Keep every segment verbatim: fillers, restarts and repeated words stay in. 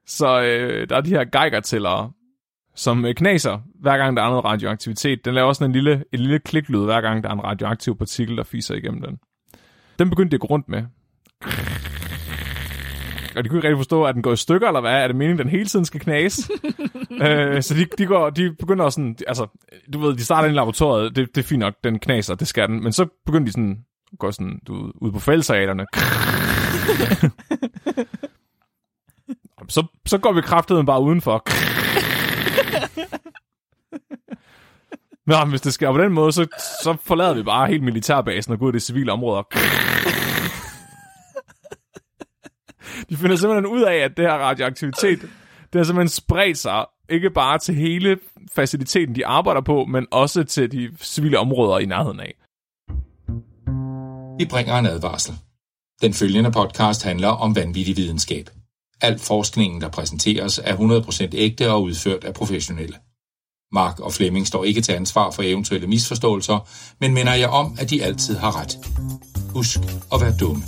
Så øh, der er de her Geiger-tællere, som øh, knaser, hver gang der er noget radioaktivitet. Den laver også en lille, en lille kliklyd, hver gang der er en radioaktiv partikel, der fiser igennem den. Den begyndte de at gå rundt med. Og de kunne ikke rigtig forstå, at den går i stykker, eller hvad? Er det meningen, at den hele tiden skal knase? øh, så de, de, går, de begynder også sådan, altså, du ved, de starter ind i laboratoriet, det, det er fint nok, den knaser, det skal den. Men så begynder de sådan, går sådan, du ved, ud på fællesarealerne. så, så går vi kraftedeme bare udenfor. Men hvis det sker på den måde, så, så forlader vi bare helt militærbasen og går i det civile områder. De finder simpelthen ud af, at det her radioaktivitet, det har simpelthen spredt sig, ikke bare til hele faciliteten, de arbejder på, men også til de civile områder i nærheden af. Vi bringer en advarsel. Den følgende podcast handler om vanvittig videnskab. Al forskningen, der præsenteres, er hundrede procent ægte og udført af professionelle. Mark og Flemming står ikke til ansvar for eventuelle misforståelser, men minder jer om, at de altid har ret. Husk at være dumme.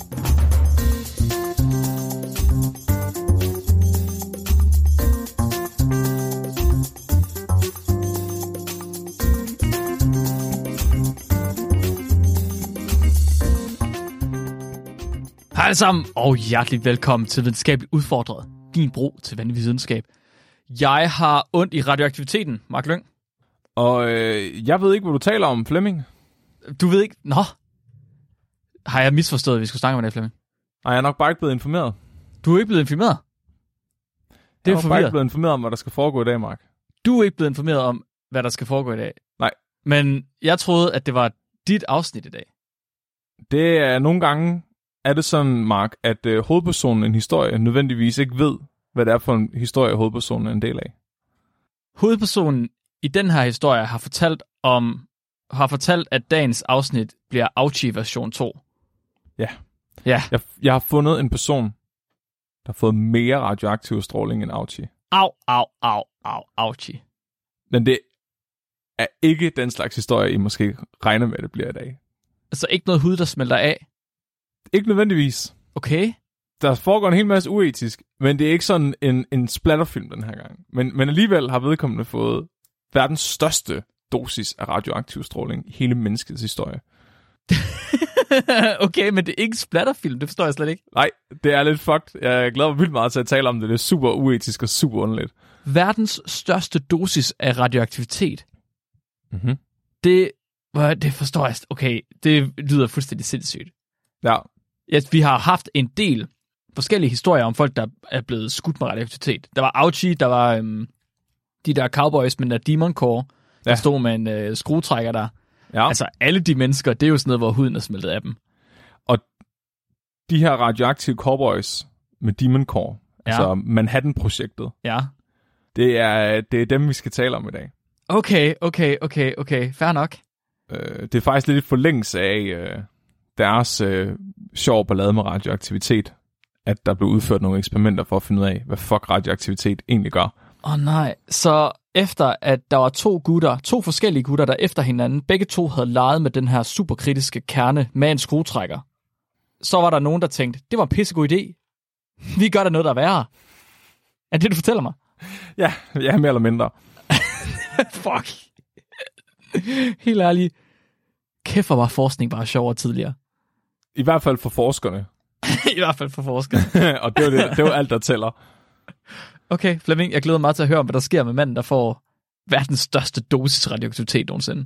Hej alle sammen, og hjertelig velkommen til Videnskabeligt Udfordret, din bro til vanvittig videnskab. Jeg har ondt i radioaktiviteten, Mark Lyng. Og øh, jeg ved ikke, hvad du taler om, Flemming. Du ved ikke? Nå. Har jeg misforstået, at vi skulle snakke om det, Flemming? Nej, jeg er nok bare ikke blevet informeret. Du er ikke blevet informeret? Det jeg er er nok bare ikke blevet informeret om, hvad der skal foregå i dag, Mark. Du er ikke blevet informeret om, hvad der skal foregå i dag? Nej. Men jeg troede, at det var dit afsnit i dag. Det er nogle gange... Er det sådan, Mark, at øh, hovedpersonen i en historie nødvendigvis ikke ved, hvad det er for en historie, hovedpersonen er en del af? Hovedpersonen i den her historie har fortalt om har fortalt, at dagens afsnit bliver Auchi version to. Ja. Ja. Jeg, jeg har fundet en person, der har fået mere radioaktiv stråling end Auchi. Au, au, au, au, Auchi. Men det er ikke den slags historie, I måske regner med, at det bliver i dag. Altså ikke noget hud, der smelter af? Ikke nødvendigvis. Okay. Der foregår en hel masse uetisk, men det er ikke sådan en, en splatterfilm den her gang. Men, men alligevel har vedkommende fået verdens største dosis af radioaktiv stråling i hele menneskets historie. Okay, men det er ikke splatterfilm, det forstår jeg slet ikke. Nej, det er lidt fucked. Jeg glæder mig vildt meget til at tale om det. Det er super uetisk og super underligt. Verdens største dosis af radioaktivitet. Mhm. Det, det forstår jeg. Okay, det lyder fuldstændig sindssygt. Ja. Ja, vi har haft en del forskellige historier om folk, der er blevet skudt med radioaktivitet. Der var Auchi, der var øhm, de der cowboys med den der Demon Core, der ja. stod med en øh, skruetrækker der. Ja. Altså alle de mennesker, det er jo sådan noget, hvor huden er smeltet af dem. Og de her radioaktive cowboys med Demon Core, ja. altså Manhattan-projektet, ja. det, er, det er dem, vi skal tale om i dag. Okay, okay, okay, okay. Fair nok. Øh, det er faktisk lidt i forlængelse af... Øh, deres øh, sjov ballade med radioaktivitet, at der blev udført nogle eksperimenter for at finde ud af, hvad fuck radioaktivitet egentlig gør. Åh oh, nej, så efter at der var to gutter, to forskellige gutter, der efter hinanden, begge to havde leget med den her superkritiske kerne med en skruetrækker, så var der nogen, der tænkte, det var en pissegod idé. Vi gør da noget, der er værre. Er det, du fortæller mig? Ja, ja, mere eller mindre. Fuck. Helt ærligt. Kæft, hvor var forskning bare sjovere tidligere. I hvert fald for forskerne. I hvert fald for forskerne. Og det var, det, det var alt, der tæller. Okay, Flemming, jeg glæder mig til at høre om, hvad der sker med manden, der får verdens største dosis radioaktivitet nogensinde.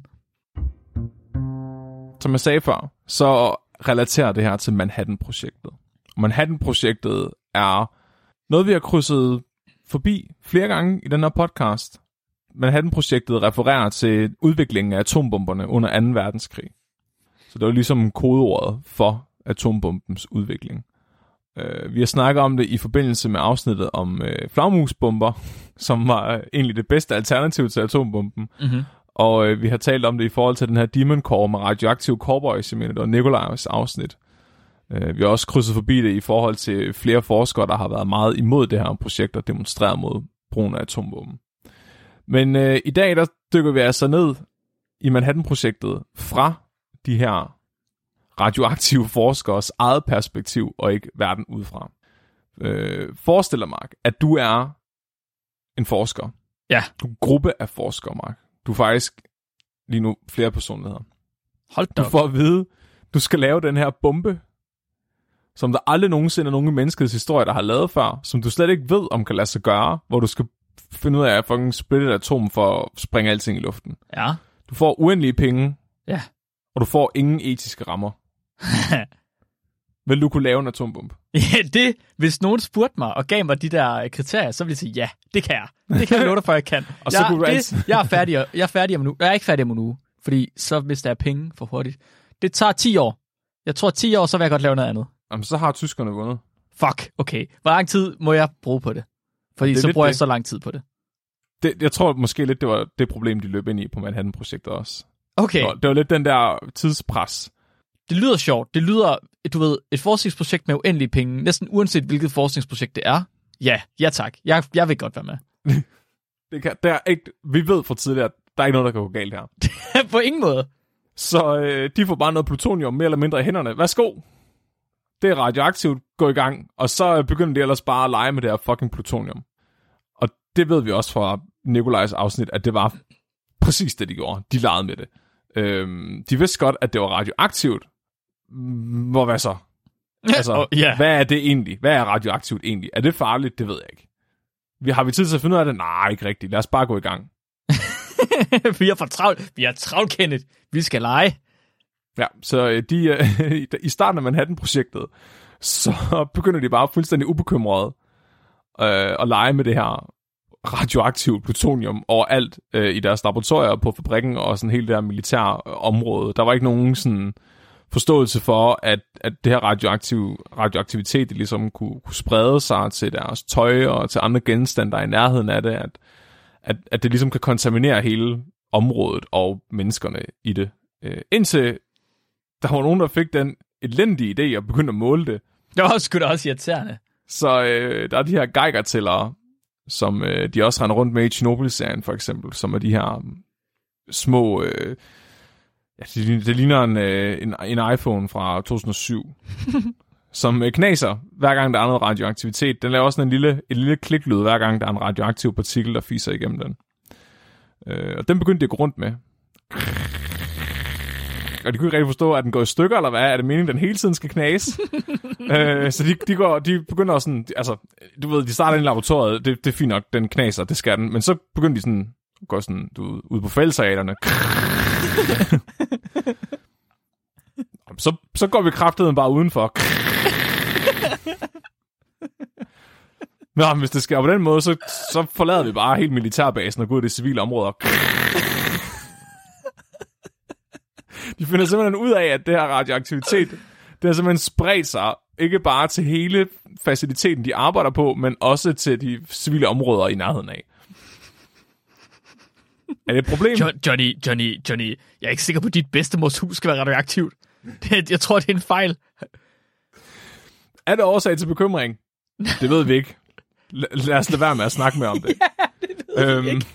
Som jeg sagde før, så relaterer det her til Manhattan-projektet. Manhattan-projektet er noget, vi har krydset forbi flere gange i den her podcast. Manhattan-projektet refererer til udviklingen af atombomberne under anden verdenskrig. Så det var ligesom kodeordet for atombombens udvikling. Uh, vi har snakket om det i forbindelse med afsnittet om uh, flagmusbomber, som var uh, egentlig det bedste alternativ til atombomben. Mm-hmm. Og uh, vi har talt om det i forhold til den her Demon Core med radioaktive cowboys, jeg mener, det var Nikolajs afsnit. Uh, vi har også krydset forbi det i forhold til flere forskere, der har været meget imod det her projekt og demonstreret mod brugen af atombomben. Men øh, i dag, der dykker vi altså ned i Manhattan-projektet fra de her radioaktive forskeres eget perspektiv, og ikke verden udefra. Øh, forestil dig, Mark, at du er en forsker. Ja. Du er en gruppe af forskere, Mark. Du er faktisk lige nu flere personligheder. Hold da Du får at vide, du skal lave den her bombe, som der aldrig nogensinde er nogen i menneskets historie, der har lavet før, som du slet ikke ved, om kan lade sig gøre, hvor du skal finde ud af at fucking splitte et atom for at springe alting i luften. Ja. Du får uendelige penge, Ja. og du får ingen etiske rammer. Vil du kunne lave en atombombe? Ja, det, hvis nogen spurgte mig og gav mig de der kriterier, så ville jeg sige, ja, det kan jeg. Det kan jeg love dig for, jeg kan. Og så jeg, kunne du det, altid... jeg er færdig, jeg er færdig om en uge. Jeg er ikke færdig om en uge, fordi så hvis der er penge for hurtigt. Det tager ti år. Jeg tror ti år, så vil jeg godt lave noget andet. Jamen, så har tyskerne vundet. Fuck, okay. Hvor lang tid må jeg bruge på det? Fordi det så bruger det. jeg så lang tid på det. det. Jeg tror måske lidt, det var det problem, de løb ind i på Manhattan-projektet også. Okay. Det var, det var lidt den der tidspres. Det lyder sjovt. Det lyder, du ved, et forskningsprojekt med uendelige penge, næsten uanset hvilket forskningsprojekt det er. Ja, ja tak. Jeg, jeg vil godt være med. det kan, der er ikke, vi ved fra tidligere, at der er ikke noget, der kan gå galt her. På ingen måde. Så øh, de får bare noget plutonium mere eller mindre i hænderne. Værsgo. Det er radioaktivt. Gå i gang. Og så begynder de ellers bare at lege med det her fucking plutonium. Og det ved vi også fra Nikolajs afsnit, at det var præcis det, de gjorde. De legede med det. Øhm, de vidste godt, at det var radioaktivt. Hvor hvad så? Altså, oh, yeah. hvad er det egentlig? Hvad er radioaktivt egentlig? Er det farligt? Det ved jeg ikke. Vi, har vi tid til at finde ud af det? Nej, ikke rigtigt. Lad os bare gå i gang. vi er for travlt. Vi er travlt, Kenneth. Vi skal lege. Ja, så de, øh, i starten af Manhattan-projektet, så begynder de bare fuldstændig ubekymrede øh, at lege med det her radioaktive plutonium overalt øh, i deres laboratorier på fabrikken og sådan hele det her militære område. Der var ikke nogen sådan forståelse for, at, at det her radioaktive, radioaktivitet det ligesom kunne, kunne sprede sig til deres tøj og til andre genstande, der er i nærheden af det, at, at, at det ligesom kan kontaminere hele området og menneskerne i det. Øh, indtil der var nogen, der fik den elendige idé og begyndte at måle det. Det var sgu da også irriterende. Så øh, der er de her Geiger-tællere, som øh, de også render rundt med i Chernobyl-serien for eksempel, som er de her små... Øh, ja, det, det ligner en, øh, en, en iPhone fra to tusind og syv, som øh, knaser hver gang der er noget radioaktivitet. Den laver også en lille, en lille kliklyd hver gang der er en radioaktiv partikel, der fiser igennem den. Øh, og den begyndte de at gå rundt med. Og de kunne ikke rigtig forstå, at den går i stykker, eller hvad? Er det meningen, den hele tiden skal knase? øh, så de, de, går, de begynder også sådan... Altså, du ved, de starter ind i laboratoriet. Det, det er fint nok, den knaser, det skal den. Men så begynder de sådan... Går sådan, du ved, ud på fældesarealerne. så, så går vi kraftedeme bare udenfor. Nå, hvis det sker på den måde, så, så forlader vi bare helt militærbasen og går ud i det civile område. De finder simpelthen ud af, at det her radioaktivitet, det har simpelthen spredt sig, ikke bare til hele faciliteten, de arbejder på, men også til de civile områder i nærheden af. Er det et problem? Jo- Johnny, Johnny, Johnny, jeg er ikke sikker på, at dit bedstemors hus skal være radioaktivt. Det, jeg tror, det er en fejl. Er det årsag til bekymring? Det ved vi ikke. L- lad os lade være med at snakke mere om det. Ja, det ved øhm, vi ikke.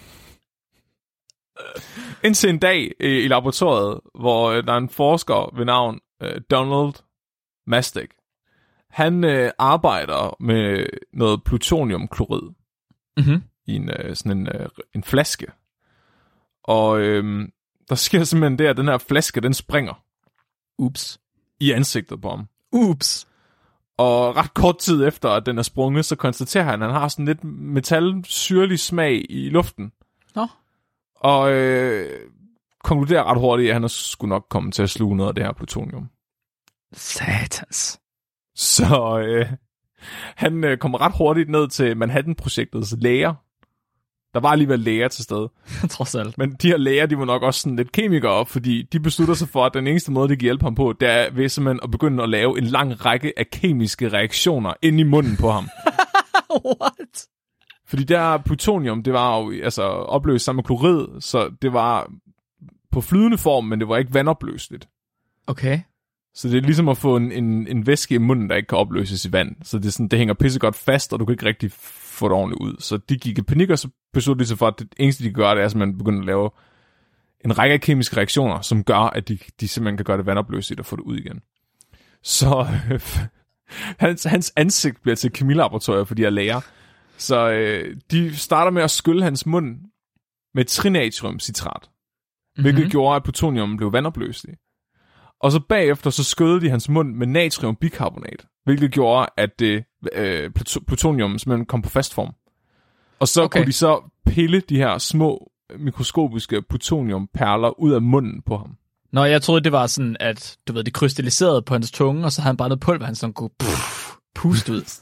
Indtil en dag i, i laboratoriet, hvor øh, der er en forsker ved navn øh, Donald Mastek. Han øh, arbejder med noget plutoniumklorid mm-hmm. i en, øh, sådan en, øh, en flaske. Og øh, der sker simpelthen det, at den her flaske, den springer. Ups. I ansigtet på ham. Ups. Og ret kort tid efter, at den er sprunget, så konstaterer han, at han har sådan lidt metalsyrlig smag i luften. Nå. Og øh, konkluderer ret hurtigt, at han skulle nok komme til at sluge noget af det her plutonium. Satans. Så øh, han øh, kommer ret hurtigt ned til Manhattan-projektets læger. Der var alligevel læger til stede. Trods alt. Men de her læger, de var nok også sådan lidt kemikere, fordi de beslutter sig for, at den eneste måde, de kan hjælpe ham på, det er ved simpelthen at begynde at lave en lang række af kemiske reaktioner ind i munden på ham. What? Fordi der plutonium, det var jo altså opløst sammen med klorid, så det var på flydende form, men det var ikke vandopløseligt. Okay. Så det er ligesom at få en, en, en væske i munden, der ikke kan opløses i vand. Så det, er sådan, det hænger pissegodt fast, og du kan ikke rigtig få det ordentligt ud. Så de gik i panik, og så besluttede de sig for, at det eneste, de gør, det er, at man begynder at lave en række af kemiske reaktioner, som gør, at de, de simpelthen kan gøre det vandopløseligt og få det ud igen. Så øh, hans, hans ansigt bliver til kemilaboratorier for de her læger. Så øh, de starter med at skylle hans mund med trinatriumcitrat, mm-hmm. hvilket gjorde, at plutonium blev vandopløseligt. Og så bagefter så skødede de hans mund med natriumbikarbonat, hvilket gjorde, at det, øh, plutonium simpelthen kom på fast form. Og så okay. kunne de så pille de her små mikroskopiske plutoniumperler ud af munden på ham. Nå, jeg troede, det var sådan, at du ved, det krystalliserede på hans tunge, og så havde han bare noget pulver, han sådan kunne pff, puste ud.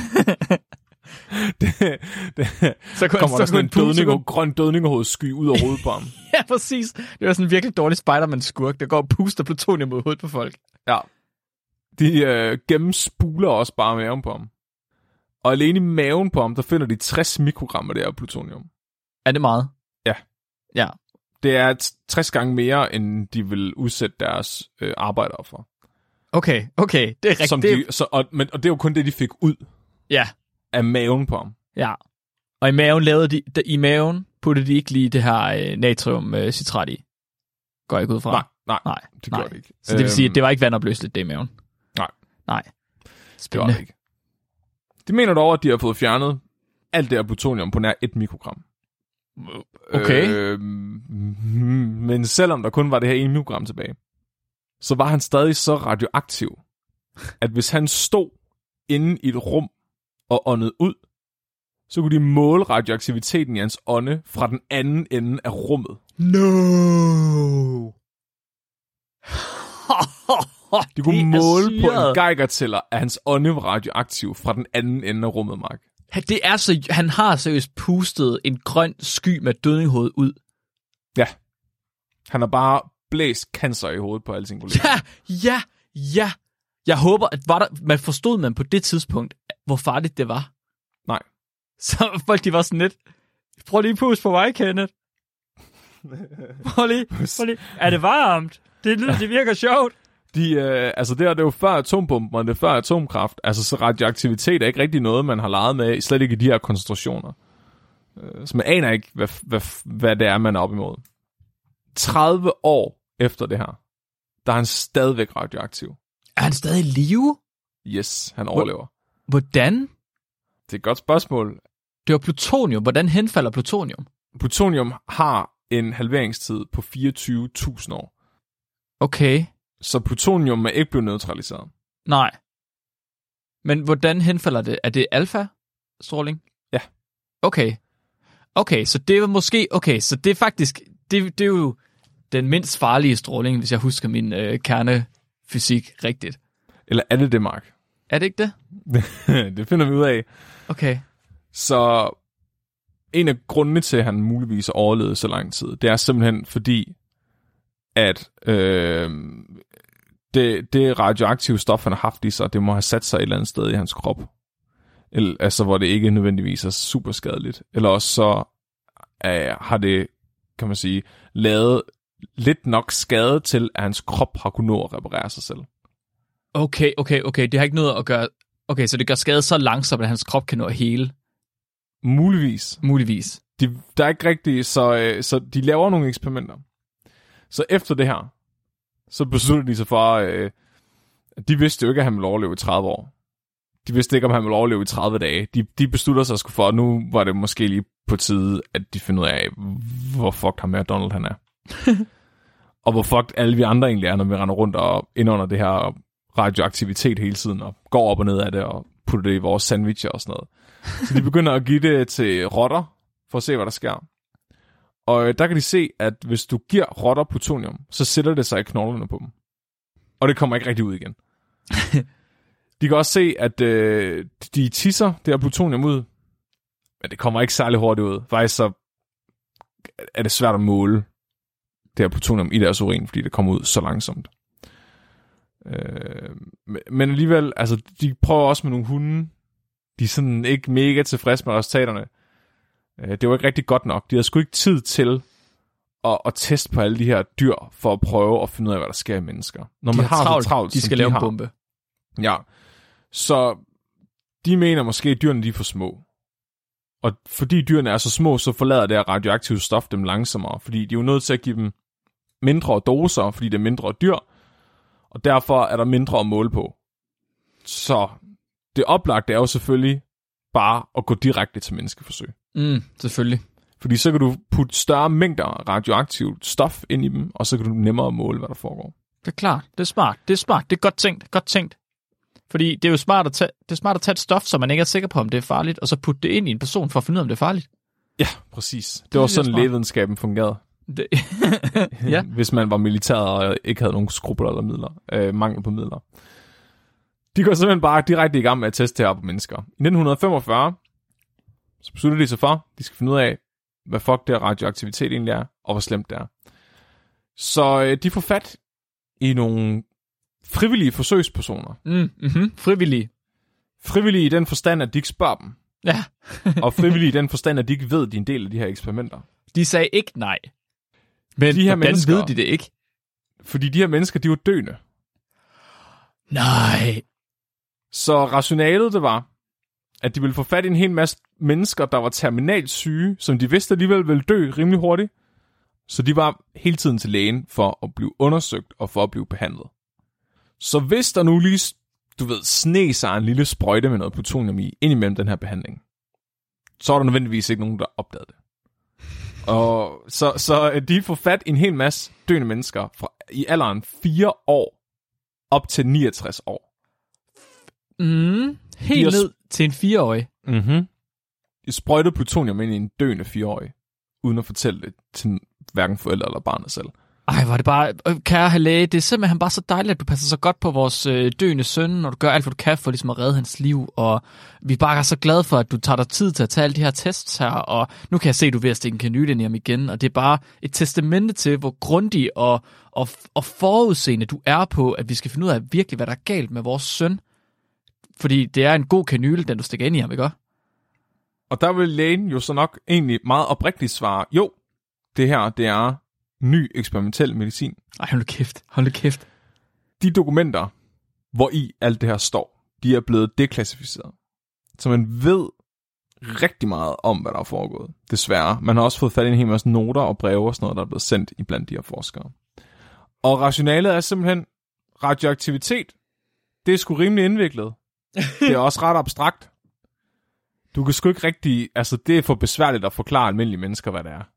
det, det, så kunne kommer der sådan en dødning og, grøn dødningehovedsky ud af hovedet på ham. Ja, præcis. Det var sådan en virkelig dårlig Spider-Man-skurk, der går og puster plutonium ud hovedet på folk. Ja. De øh, gennemspuler også bare maven på ham. Og alene i maven på ham, der finder de tres mikrogrammer der af plutonium. Er det meget? Ja. Ja. Det er tres gange mere, end de vil udsætte deres øh, arbejdere for. Okay, okay. Det er rigtigt. Som de, så, og, men, og det er jo kun det, de fik ud. Ja. Af maven på ham. Ja. Og i maven lavede de, de i maven puttede de ikke lige det her øh, natriumcitrat i. Går jeg ikke ud fra? Nej, nej, nej det nej. gjorde det ikke. Så det vil sige, at det var ikke vandopløseligt, det i maven? Nej. Nej. Spændende. Det var det ikke. De mener dog, at de har fået fjernet alt det her plutonium på nær et mikrogram. Okay. Øh, men selvom der kun var det her ene mikrogram tilbage, så var han stadig så radioaktiv, at hvis han stod inde i et rum og åndede ud, så kunne de måle radioaktiviteten i hans ånde fra den anden ende af rummet. No! De kunne måle på en Geiger-tæller, at hans ånde var radioaktiv fra den anden ende af rummet, Mark. Det er så, han har seriøst pustet en grøn sky med dødninghoved ud. Ja. Han har bare blæst cancer i hovedet på alle sine kolleger. Ja, ja, ja. Jeg håber, at var der, man forstod man på det tidspunkt, hvor farligt det var. Nej. Så folk, de var sådan lidt, prøv lige pust på mig, Kenneth. Prøv lige, prøv lige. Er det varmt? Det, det virker sjovt. De, øh, altså det, er, det er jo før atombomben, og det er før atomkraft. Altså så radioaktivitet er ikke rigtig noget, man har leget med, slet ikke i de her koncentrationer. Øh, så man aner ikke, hvad, hvad, hvad det er, man er op imod. tredive år efter det her, der er han stadigvæk radioaktiv. Er han stadig i live? Yes, han overlever. Hvordan? Det er et godt spørgsmål. Det var plutonium. Hvordan henfalder plutonium? Plutonium har en halveringstid på fireogtyve tusind år. Okay. Så plutonium er ikke blevet neutraliseret. Nej. Men hvordan henfalder det? Er det alfa-stråling? Ja. Okay. Okay, så det er måske... Okay, så det er faktisk... Det, det er jo den mindst farlige stråling, hvis jeg husker min øh, kernefysik rigtigt. Eller er det det, Mark? Er det ikke det? Det finder vi ud af. Okay. Så en af grundene til, at han muligvis har overlevet så lang tid, det er simpelthen fordi, at øh, det, det radioaktive stof, han har haft i sig, det må have sat sig et eller andet sted i hans krop. Eller, altså, hvor det ikke nødvendigvis er super skadeligt. Eller også så øh, har det, kan man sige, lavet lidt nok skade til, at hans krop har kunnet nå at reparere sig selv. Okay, okay, okay. Det har ikke noget at gøre... Okay, så det gør skade så langsomt, at hans krop kan nå at hele? Muligvis. Muligvis. De, der er ikke rigtigt, så, øh, så de laver nogle eksperimenter. Så efter det her, så besluttede de sig for, øh, de vidste jo ikke, at han ville overleve i tredive år. De vidste ikke, om han ville overleve i tredive dage. De, de beslutter sig sgu for, at nu var det måske lige på tide, at de finder ud af, hvor fucked ham med Donald han er. Og hvor fucked alle vi andre egentlig er, når vi render rundt og indånder det her radioaktivitet hele tiden, og går op og ned af det, og putter det i vores sandwicher og sådan noget. Så de begynder at give det til rotter, for at se, hvad der sker. Og der kan de se, at hvis du giver rotter plutonium, så sætter det sig i knoglerne på dem. Og det kommer ikke rigtig ud igen. De kan også se, at øh, de tisser det her plutonium ud, men det kommer ikke særlig hurtigt ud. Faktisk så er det svært at måle det her plutonium i deres urin, fordi det kommer ud så langsomt. Øh, men alligevel, altså, de prøver også med nogle hunde. De er sådan ikke mega tilfredse med resultaterne. Øh, det var ikke rigtig godt nok. De havde sgu ikke tid til at, at teste på alle de her dyr, for at prøve at finde ud af, hvad der sker i mennesker. Når de man har har travlt, så travlt, de skal de lave har. en bombe. Ja, så de mener måske, at dyrene de er for små. Og fordi dyrene er så små, så forlader det her radioaktive stof dem langsommere, fordi de er jo nødt til at give dem mindre doser, fordi det er mindre dyr, og derfor er der mindre at måle på. Så det oplagte er jo selvfølgelig bare at gå direkte til menneskeforsøg. Mm, selvfølgelig. Fordi så kan du putte større mængder radioaktivt stof ind i dem, og så kan du nemmere måle, hvad der foregår. Det er klart. Det er smart. Det er smart. Det er godt tænkt. Godt tænkt. Fordi det er jo smart at tage, det er smart at tage et stof, som man ikke er sikker på, om det er farligt, og så putte det ind i en person for at finde ud af, om det er farligt. Ja, præcis. Det, det var sådan, lægevidenskaben fungerede. Det, ja. Hvis man var militær og ikke havde nogen skrubler eller midler. Øh, mangel på midler. De går simpelthen bare direkte i gang med at teste her på mennesker. I nitten femogfyrre, så beslutter de sig for, at de skal finde ud af, hvad fuck der radioaktivitet egentlig er, og hvor slemt det er. Så øh, de får fat i nogle frivillige forsøgspersoner. Mm, mm-hmm. Frivillige. Frivillige i den forstand, at de ikke spørger dem. Ja. Og frivillige i den forstand, at de ikke ved, at de er en del af de her eksperimenter. De sagde ikke nej. Men de her hvordan mennesker, ved de det ikke? Fordi de her mennesker, de var døende. Nej. Så rationalet det var, at de ville få fat i en hel masse mennesker, der var terminalt syge, som de vidste alligevel ville dø rimelig hurtigt. Så de var hele tiden til lægen for at blive undersøgt og for at blive behandlet. Så hvis der nu lige, du ved, sne sig en lille sprøjte med noget plutonium i, ind imellem den her behandling, så er der nødvendigvis ikke nogen, der opdagede det. Og så, så de får fat i en hel masse døende mennesker fra, i alderen fire år op til niogtres år. Mm, helt ned til en fireårig. Mhm. De sprøjtede plutonium ind i en døende fireårig, uden at fortælle det til hverken forældre eller barnet selv. Ej, var det bare, kære læge, det er simpelthen bare så dejligt, at du passer så godt på vores øh, døende søn, og du gør alt, hvad du kan for ligesom at redde hans liv, og vi er bare så glade for, at du tager dig tid til at tage alle de her tests her, og nu kan jeg se, at du er ved at stikke en kanyle ind i ham igen, og det er bare et testamente til, hvor grundig og, og, og forudseende du er på, at vi skal finde ud af virkelig, hvad der er galt med vores søn, fordi det er en god kanyle, den du stikker ind i ham, ikke? Og der vil lægen jo så nok egentlig meget oprigtigt svare, jo, det her, det er ny eksperimentel medicin. Ej, hold nu kæft, hold nu kæft. De dokumenter, hvor i alt det her står, de er blevet deklassificeret. Så man ved rigtig meget om, hvad der er foregået. Desværre. Man har også fået fat i en hel masse noter og breve og sådan noget, der er blevet sendt i blandt de her forskere. Og rationalet er simpelthen, radioaktivitet, det er sgu rimelig indviklet. Det er også ret abstrakt. Du kan sgu ikke rigtig, altså det er for besværligt at forklare almindelige mennesker, hvad det er.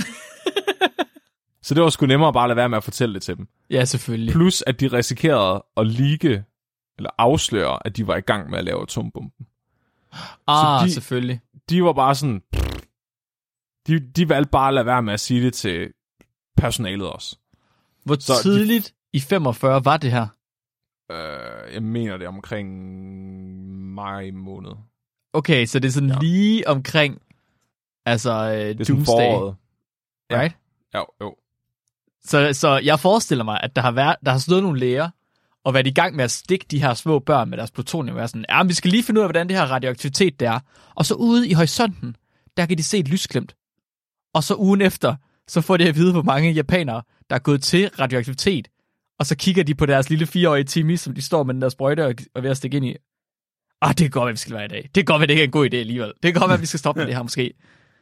Så det var sgu nemmere bare at lade være med at fortælle det til dem. Ja, selvfølgelig. Plus, at de risikerede at leake, eller afsløre, at de var i gang med at lave atombomben. Ah, så de, selvfølgelig. De var bare sådan, de, de valgte bare at lade være med at sige det til personalet også. Hvor så tidligt de, i femogfyrre var det her? Øh, jeg mener det omkring maj måned. Okay, så det er sådan ja. lige omkring, altså uh, det er Doomsday. Foråret. Ja. Right? Jo, jo. Så, så jeg forestiller mig, at der har, været, der har stået nogle læger, og været i gang med at stikke de her små børn med deres plutonium. Og sådan, ja, vi skal lige finde ud af, hvordan det her radioaktivitet det er. Og så ude i horisonten, der kan de se et lysglimt. Og så ugen efter, så får de at vide, hvor mange japanere, der er gået til radioaktivitet. Og så kigger de på deres lille fireårige Timmy, som de står med den der sprøjte og er ved at stikke ind i. Ah, det kan godt være, vi skal være i dag. Det kan godt være, det ikke er en god idé alligevel. Det kan godt være, vi skal stoppe med det her måske.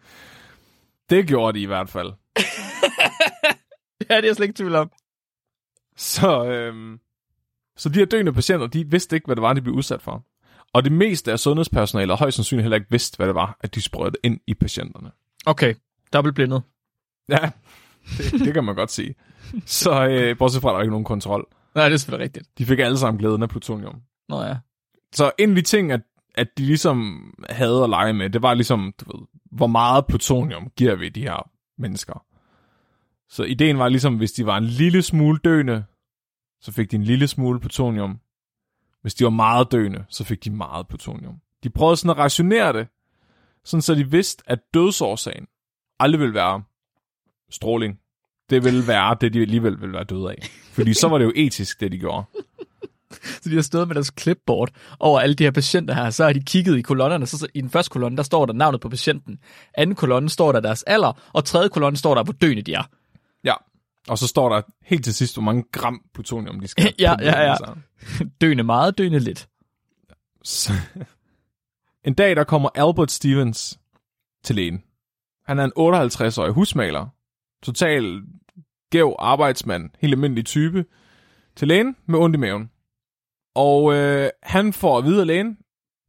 Det gjorde de i hvert fald. Ja, det er jeg slet ikke tvivl om. Så, øhm, så de her døende patienter, de vidste ikke, hvad det var, de blev udsat for. Og det meste af sundhedspersonalet højst sandsynligt heller ikke vidste, hvad det var, at de sprøjtede ind i patienterne. Okay, dobbeltblindet. Ja, det, det kan man godt sige. Så øh, bortset fra, at der ikke nogen kontrol. Nej, det er selvfølgelig rigtigt. De fik alle sammen glæden af plutonium. Nå ja. Så en af de ting, at, at de ligesom havde at lege med, det var ligesom, du ved, hvor meget plutonium giver vi de her mennesker. Så ideen var ligesom, hvis de var en lille smule døende, så fik de en lille smule plutonium. Hvis de var meget døende, så fik de meget plutonium. De prøvede sådan at rationere det, sådan så de vidste, at dødsårsagen aldrig ville være stråling. Det ville være det, de alligevel ville være døde af. Fordi så var det jo etisk, det de gjorde. Så de har stået med deres clipboard over alle de her patienter her, så har de kigget i kolonnerne, så i den første kolonne, der står der navnet på patienten. Anden kolonne står der deres alder, og tredje kolonne står der, hvor døende de er. Ja, og så står der helt til sidst, hvor mange gram plutonium de skal. ja, ja, ja. Døende meget, døende lidt. Så. En dag, der kommer Albert Stevens til lægen. Han er en otteoghalvtreds-årig husmaler. Total gæv arbejdsmand, helt almindelig type, til lægen med ondt i maven. Og øh, han får at vide af lægen,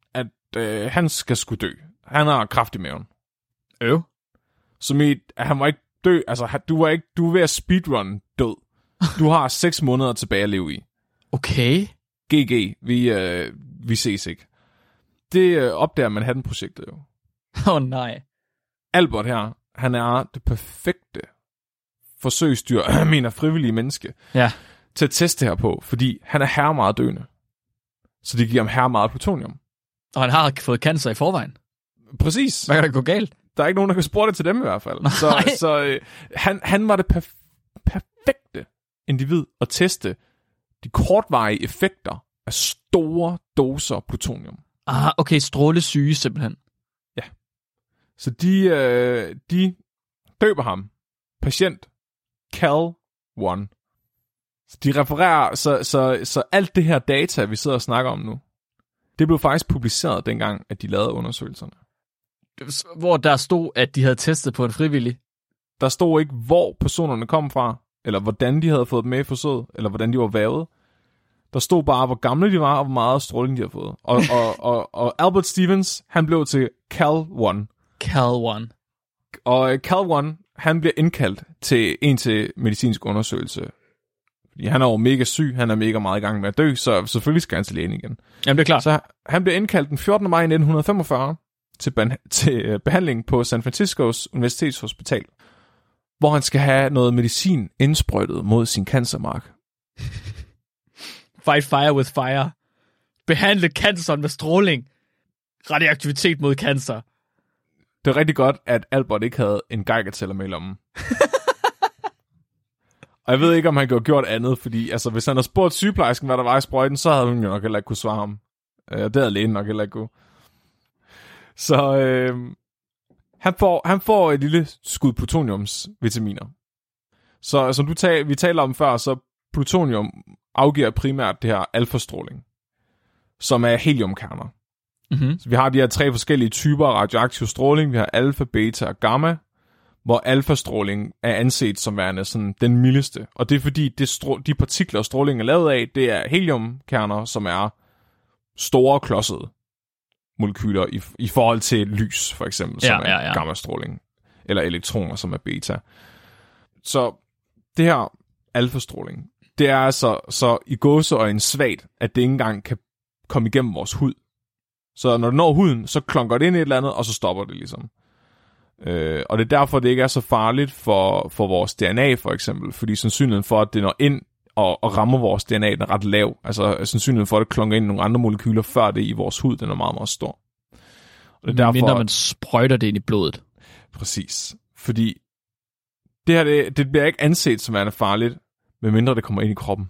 øh, han skal sgu dø. Han har kræft i maven. Øv. Som i, at han var ikke dø. Altså, du var ikke, du er ved at speedrun død. Du har seks måneder tilbage at leve i. Okay. G G, vi, øh, vi ses ikke. Det øh, opdager Manhattan-projektet jo. Åh oh, nej. Albert her, han er det perfekte forsøgsdyr, jeg mener frivillige menneske, ja. til at teste her på, fordi han er her meget døende. Så det giver ham her meget plutonium. Og han har fået cancer i forvejen. Præcis. Hvad kan der gå galt? Der er ikke nogen, der kan spore det til dem i hvert fald. Så, så øh, han, han var det perf- perfekte individ at teste de kortvarige effekter af store doser plutonium. Ah, okay, strålesyge simpelthen. Ja. Så de, øh, de døber ham. Patient Cal one. Så de refererer, så, så, så alt det her data, vi sidder og snakker om nu, det blev faktisk publiceret dengang, at de lavede undersøgelserne. Hvor der stod, at de havde testet på en frivillig. Der stod ikke, hvor personerne kom fra, eller hvordan de havde fået dem med i forsøget, eller hvordan de var vævet. Der stod bare, hvor gamle de var, og hvor meget stråling de havde fået. Og, og, og, og Albert Stevens, han blev til Cal one. Cal one. Og Cal one, han bliver indkaldt til en til medicinsk undersøgelse. Fordi han er jo mega syg, han er mega meget i gang med at dø, så selvfølgelig skal han til lægen igen. Jamen det er klart. Så han bliver indkaldt den fjortende maj nitten femogfyrre til, ban- til behandling på San Franciscos Universitetshospital, hvor han skal have noget medicin indsprøjtet mod sin cancermark. Fight fire with fire. Behandle cancer med stråling. Radioaktivitet mod cancer. Det er rigtig godt, at Albert ikke havde en geigertæller med i lommen. Og jeg ved ikke, om han kunne gjort andet, fordi altså, hvis han havde spurgt sygeplejersken, hvad der var i sprøjten, så havde hun jo nok heller ikke kunne svare ham. Øh, det havde lægen nok heller ikke kunne. Så øh, han, får, han får et lille skud plutoniumsvitaminer. Så som du tal, vi taler om før, så plutonium afgiver primært det her alfastråling, som er heliumkerner. Mm-hmm. Så vi har de her tre forskellige typer af radioaktiv stråling. Vi har alfa, beta og gamma, hvor alfastråling er anset som værende sådan den mildeste. Og det er fordi, det strå- de partikler, stråling er lavet af, det er heliumkerner, som er store klodsede molekyler i, i forhold til lys, for eksempel, ja, som er ja, ja. gammastråling, eller elektroner, som er beta. Så det her alfastråling, det er altså så i gåseøjne svagt, at det ikke engang kan komme igennem vores hud. Så når det når huden, så klonker det ind i et eller andet, og så stopper det ligesom. Øh, og det er derfor, det ikke er så farligt for, for vores D N A, for eksempel. Fordi sandsynligheden for, at det når ind og, og rammer vores D N A, den er ret lav. Altså sandsynligheden for, at det klonker ind i nogle andre molekyler, før det i vores hud, den er meget, meget stor. Og det er derfor, mindre man sprøjter det ind i blodet. Præcis. Fordi det her, det, det bliver ikke anset som værende farligt, medmindre det kommer ind i kroppen.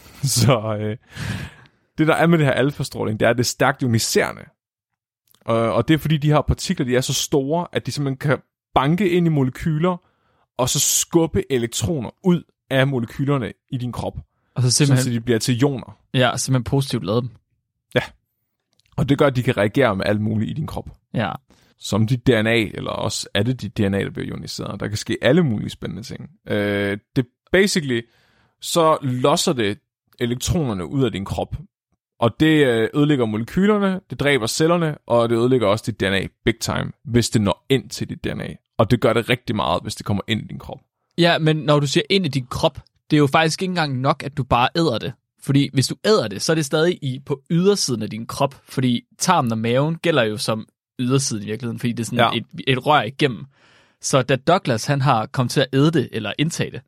Så øh, det, der er med det her alfastråling, det er, at det er stærkt ioniserende. Og, og det er fordi, de her partikler, de er så store, at de simpelthen kan banke ind i molekyler, og så skubbe elektroner ud af molekylerne i din krop. Og så simpelthen... Så de bliver til ioner. Ja, simpelthen positivt lavet dem. Ja. Og det gør, at de kan reagere med alt muligt i din krop. Ja. Som dit D N A, eller også er det dit D N A, der bliver ioniseret. Der kan ske alle mulige spændende ting. Øh, det basically, så losser det elektronerne ud af din krop. Og det ødelægger molekylerne, det dræber cellerne, og det ødelægger også dit D N A big time, hvis det når ind til dit D N A. Og det gør det rigtig meget, hvis det kommer ind i din krop. Ja, men når du siger ind i din krop, det er jo faktisk ikke engang nok, at du bare æder det. Fordi hvis du æder det, så er det stadig i, på ydersiden af din krop. Fordi tarmen og maven gælder jo som ydersiden i virkeligheden, fordi det er sådan ja. et, et rør igennem. Så da Douglas han har kommet til at æde det, eller indtage det,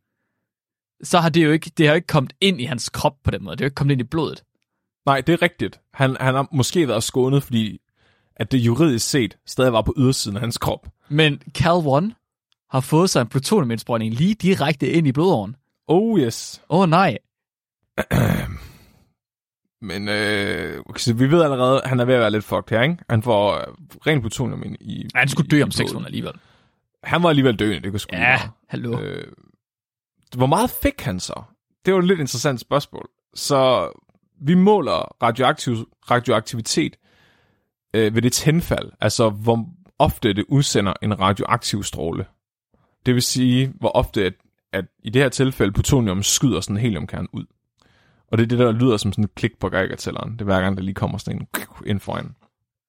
så har det jo ikke, det har jo ikke kommet ind i hans krop på den måde. Det har jo ikke kommet ind i blodet. Nej, det er rigtigt. Han, han har måske været skånet, fordi at det juridisk set stadig var på ydersiden af hans krop. Men Cal one har fået sig en plutoniumindsprøjtning lige direkte ind i blodåren. Oh yes. Åh oh, nej. Men øh, så vi ved allerede, at han er ved at være lidt fucked her, ikke? Han får øh, ren plutonium ind i... Ja, han skulle dø om seks måneder alligevel. Han var alligevel døende, det kunne sgu ja, være. hallo. Øh, hvor meget fik han så? Det var et lidt interessant spørgsmål. Så vi måler radioaktiv, radioaktivitet øh, ved det tændfald, altså hvor ofte det udsender en radioaktiv stråle. Det vil sige, hvor ofte, at, at i det her tilfælde, plutonium skyder sådan en heliumkerne ud. Og det er det, der lyder som sådan et klik på geigertælleren. Det er hver gang, der lige kommer sådan en ind foran.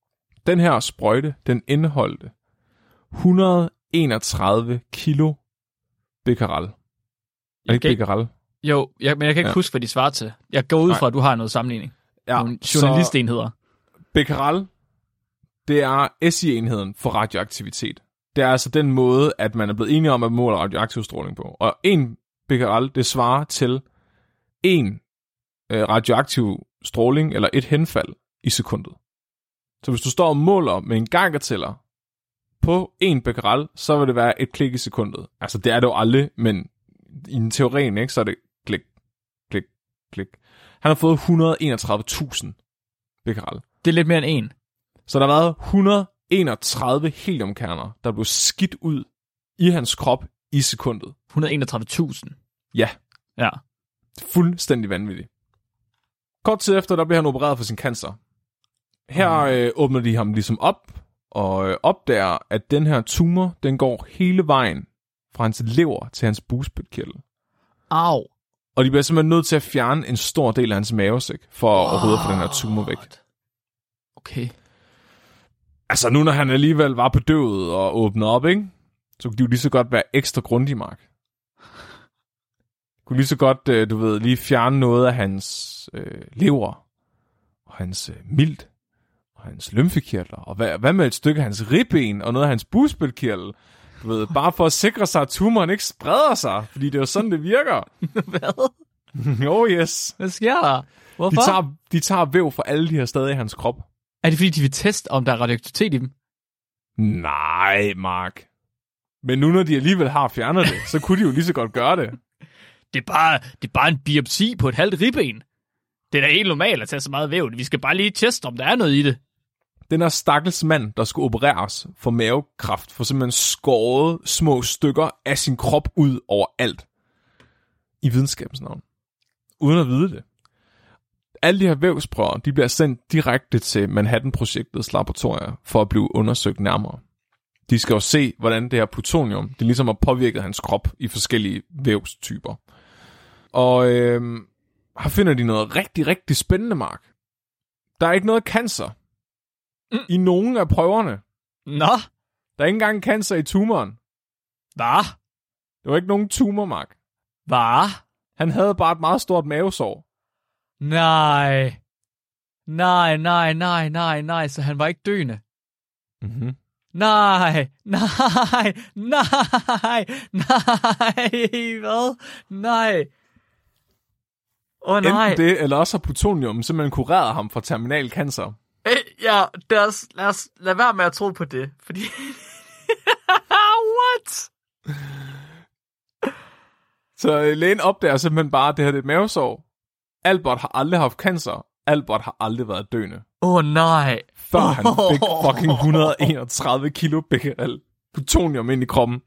Den her sprøjte, den indeholdte et hundrede og enogtredive kilo becquerel. Er det ikke becquerel? Jo, jeg, men jeg kan ikke ja. huske, hvad de svarer til. Jeg går ud fra, Nej. at du har noget sammenligning. Ja, nogle journalistenheder. Becquerel, det er S I-enheden for radioaktivitet. Det er altså den måde, at man er blevet enige om at måle radioaktiv stråling på. Og en becquerel, det svarer til en øh, radioaktiv stråling eller et henfald i sekundet. Så hvis du står og måler med en geigertæller på en becquerel, så vil det være et klik i sekundet. Altså det er det jo aldrig, men i en teorien, ikke, så er det klik, klik, klik. Han har fået et hundrede og enogtredive tusind becquerel. Det er lidt mere end en. Så der har været et hundrede og enogtredive heliumkerner, der blev skidt ud i hans krop i sekundet. et hundrede og enogtredive tusind? Ja. Ja. Fuldstændig vanvittigt. Kort tid efter, der blev han opereret for sin cancer. Her øh, åbner de ham ligesom op, og øh, opdager, at den her tumor, den går hele vejen fra hans lever til hans bugspytkirtel. Au. Og de bliver simpelthen nødt til at fjerne en stor del af hans mavesæk, for at overhovedet få den her tumor væk. Okay. Altså nu, når han alligevel var bedøvet og åbnet op, ikke? Så kunne de jo lige så godt være ekstra grundige, Mark. Kunne lige så godt, øh, du ved, lige fjerne noget af hans øh, lever, og hans øh, milt, og hans lymfekirtler, og hvad, hvad med et stykke af hans ribben, og noget af hans bugspytkirtel, du ved, bare for at sikre sig, at tumoren ikke spreder sig, fordi det er jo sådan, det virker. Hvad? Oh yes. Hvad sker der? Hvorfor? De tager, de tager væv fra alle de her steder i hans krop. Er det fordi, de vil teste, om der er radioaktivitet i dem? Nej, Mark. Men nu, når de alligevel har fjernet det, så kunne de jo lige så godt gøre det. Det er bare, det er bare en biopsi på et halvt ribben. Det er da helt normalt at tage så meget væv. Vi skal bare lige teste, om der er noget i det. Den her stakkels mand, der skulle opereres for mavekræft, får simpelthen skåret små stykker af sin krop ud over alt. I videnskabens navn. Uden at vide det. Alle de her vævsprøver, de bliver sendt direkte til Manhattan-projektets laboratorier for at blive undersøgt nærmere. De skal jo se, hvordan det her plutonium, det ligesom har påvirket hans krop i forskellige vævstyper. Og øh, her finder de noget rigtig, rigtig spændende, Mark. Der er ikke noget cancer mm. i nogen af prøverne. Nå? Der er ikke engang cancer i tumoren. Hvad? Det var ikke nogen tumor, Mark. Hvad? Han havde bare et meget stort mavesår. Nej. Nej, nej, nej, nej, nej, så han var ikke døende. Mhm. Nej, nej, nej, nej, hvad? Nej. Åh, oh, nej. Enten det, eller også har plutonium simpelthen kureret ham for terminal cancer. Øh, ja, lad os, lad os lad være med at tro på det, fordi... What? Så lægen opdager simpelthen bare, at det her er et mavesår. Albert har aldrig haft cancer. Albert har aldrig været døende. Åh, oh, nej. Før han fik fucking et hundrede og enogtredive kilo becquerel plutonium ind i kroppen.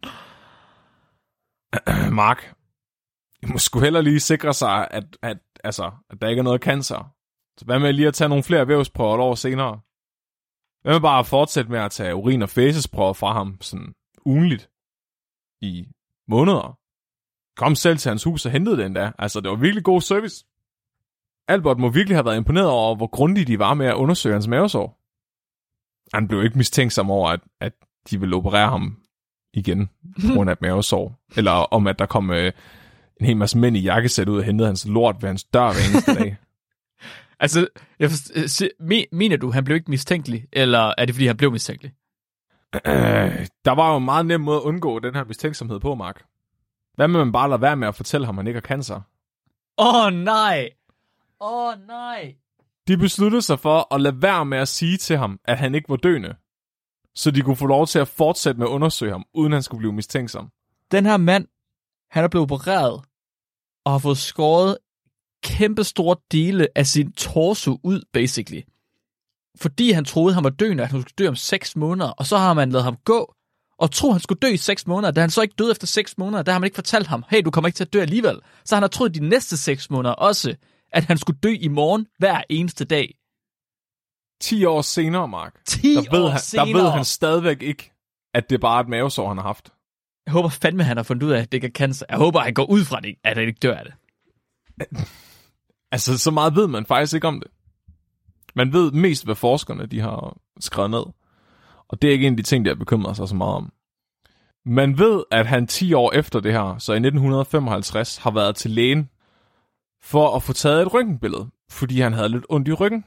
Mark, jeg må sgu heller lige sikre sig, at, at, altså, at der ikke er noget cancer. Så hvad med lige at tage nogle flere vævsprøver et år senere? Hvad med bare at fortsætte med at tage urin- og fæsesprøver fra ham sådan ugenligt i måneder? Kom selv til hans hus og hentede den da. Altså, det var virkelig god service. Albert må virkelig have været imponeret over, hvor grundige de var med at undersøge hans mavesår. Han blev ikke mistænksom over, at, at de ville operere ham igen på grund af et mavesår. Eller om, at der kom øh, en hel masse mænd i jakkesæt ud og hentede hans lort ved hans dør hver eneste dag. Altså, jeg forst- mener du, han blev ikke mistænkelig? Eller er det, fordi han blev mistænkelig? Øh, der var jo en meget nem måde at undgå den her mistænksomhed på, Mark. Hvad med man bare lade være med at fortælle ham, at han ikke har cancer? Åh, oh, nej! Åh, oh, nej! De besluttede sig for at lade være med at sige til ham, at han ikke var døende. Så de kunne få lov til at fortsætte med at undersøge ham, uden han skulle blive mistænksom. Den her mand, han er blevet opereret, og har fået skåret kæmpe store dele af sin torso ud, basically. Fordi han troede, han var døende, at han skulle dø om seks måneder, og så har man ladet ham gå, og troede, han skulle dø i seks måneder. Da han så ikke døde efter seks måneder, der har man ikke fortalt ham, hey, du kommer ikke til at dø alligevel. Så han har troet de næste seks måneder også, at han skulle dø i morgen hver eneste dag. Ti år senere, Mark. Ti der ved år han, senere. Der ved han stadigvæk ikke, at det er bare et mavesår, han har haft. Jeg håber fandme, han har fundet ud af, at det ikke er cancer. Jeg håber, han går ud fra det, at han ikke dør af det. Altså, så meget ved man faktisk ikke om det. Man ved mest, hvad forskerne de har skrevet ned. Og det er ikke en af de ting, de har bekymret sig så meget om. Man ved, at han ti år efter det her, så i nitten femoghalvtreds, har været til lægen for at få taget et røntgenbillede, fordi han havde lidt ondt i ryggen.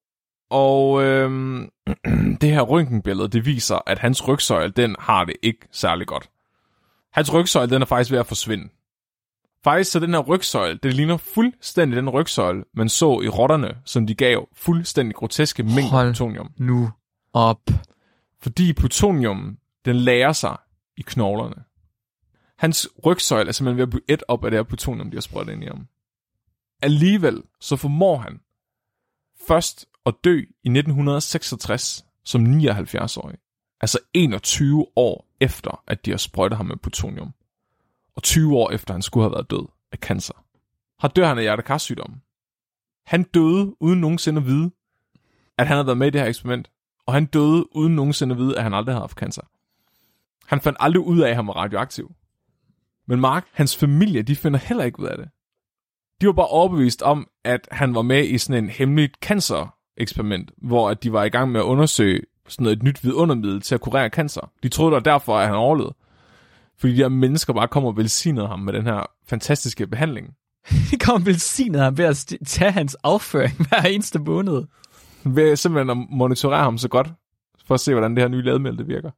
Og øhm, det her røntgenbillede, det viser, at hans rygsøjle, den har det ikke særlig godt. Hans rygsøjle, den er faktisk ved at forsvinde. Faktisk så den her rygsøjle, det ligner fuldstændig den rygsøjle, man så i rotterne, som de gav fuldstændig groteske mængder Hold plutonium. nu op. Fordi plutonium, den lærer sig i knoglerne. Hans rygsøjle er simpelthen ved at blive et op af det her plutonium, de har sprøjtet ind i ham. Alligevel så formår han først at dø i nitten seksogtres som nioghalvfjerds-årig. Altså enogtyve år efter, at de har sprøjtet ham med plutonium. Og tyve år efter, han skulle have været død af cancer. Har dør han af hjertekarsygdom. Han døde uden nogensinde at vide, at han havde været med i det her eksperiment. Og han døde uden nogensinde at vide, at han aldrig havde haft cancer. Han fandt aldrig ud af, at han var radioaktiv. Men Mark, hans familie, de finder heller ikke ud af det. De var bare overbevist om, at han var med i sådan en hemmelig cancer-eksperiment, hvor de var i gang med at undersøge sådan noget, et nyt vidundermiddel til at kurere cancer. De troede det derfor, at han overlevede. Fordi de her mennesker bare kom og velsignede ham med den her fantastiske behandling. De kom og velsignede ham ved at st- tage hans afføring hver eneste måned. Ved simpelthen at monitorere ham så godt, for at se, hvordan det her nye lægemiddel virker.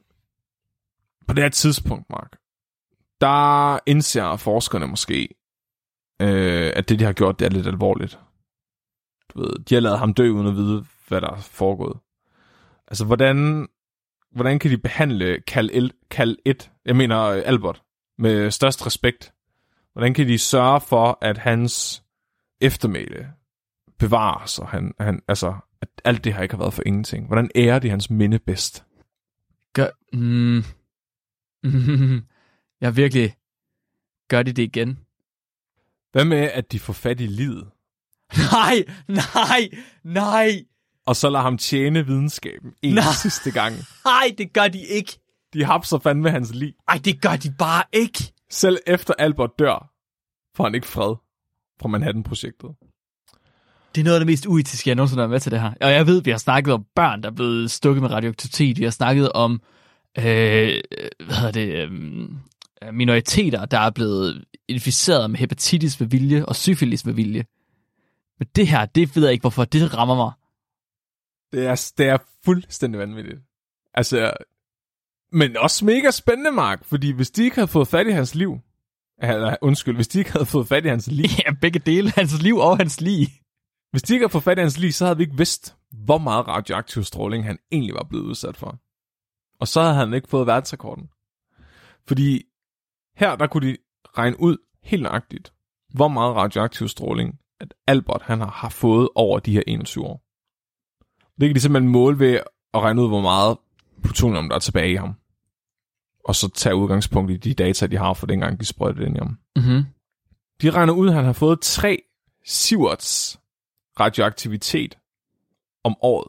På det her tidspunkt, Mark, der indser forskerne måske, øh, at det, de har gjort, det er lidt alvorligt. Du ved, de har ladet ham dø, uden at vide, hvad der er foregået. Altså, hvordan, hvordan kan de behandle Cal et, jeg mener Albert, med størst respekt? Hvordan kan de sørge for, at hans eftermæle bevares, og han, han, altså, at alt det her ikke har været for ingenting? Hvordan ærer de hans minde bedst? Gør, mm, mm, jeg virkelig gør de det igen. Hvad med, at de får fat i livet? Nej, nej, nej. Og så lader ham tjene videnskaben en nej. sidste gang. Nej, det gør de ikke. De hapser fandme hans lig. Ej, det gør de bare ikke. Selv efter Albert dør, får han ikke fred fra Manhattan-projektet. Det er noget af det mest uetiske, jeg nogensinde har med til det her. Og jeg ved, vi har snakket om børn, der er blevet stukket med radioaktivitet. Vi har snakket om øh, hvad hedder det, øh, minoriteter, der er blevet inficeret med hepatitis med vilje og syfilis med vilje. Men det her, det ved jeg ikke, hvorfor. Det rammer mig. Det er, det er fuldstændig vanvittigt. Altså, men også mega spændende, Mark. Fordi hvis de ikke havde fået fat i hans liv, eller undskyld, hvis de ikke havde fået fat i hans liv. Ja, begge dele, hans liv og hans liv. Hvis de ikke havde fået fat i hans liv, så havde vi ikke vidst, hvor meget radioaktiv stråling han egentlig var blevet udsat for. Og så havde han ikke fået verdensrekorden. Fordi her, der kunne de regne ud helt nøjagtigt, hvor meget radioaktiv stråling, at Albert han har, har fået over de her enogtyve år. Det kan de simpelthen måle ved at regne ud, hvor meget plutonium der er tilbage i ham. Og så tage udgangspunkt i de data, de har for dengang, de sprøjtede ind i ham. Mm-hmm. De regner ud, at han har fået tre sieverts radioaktivitet om året.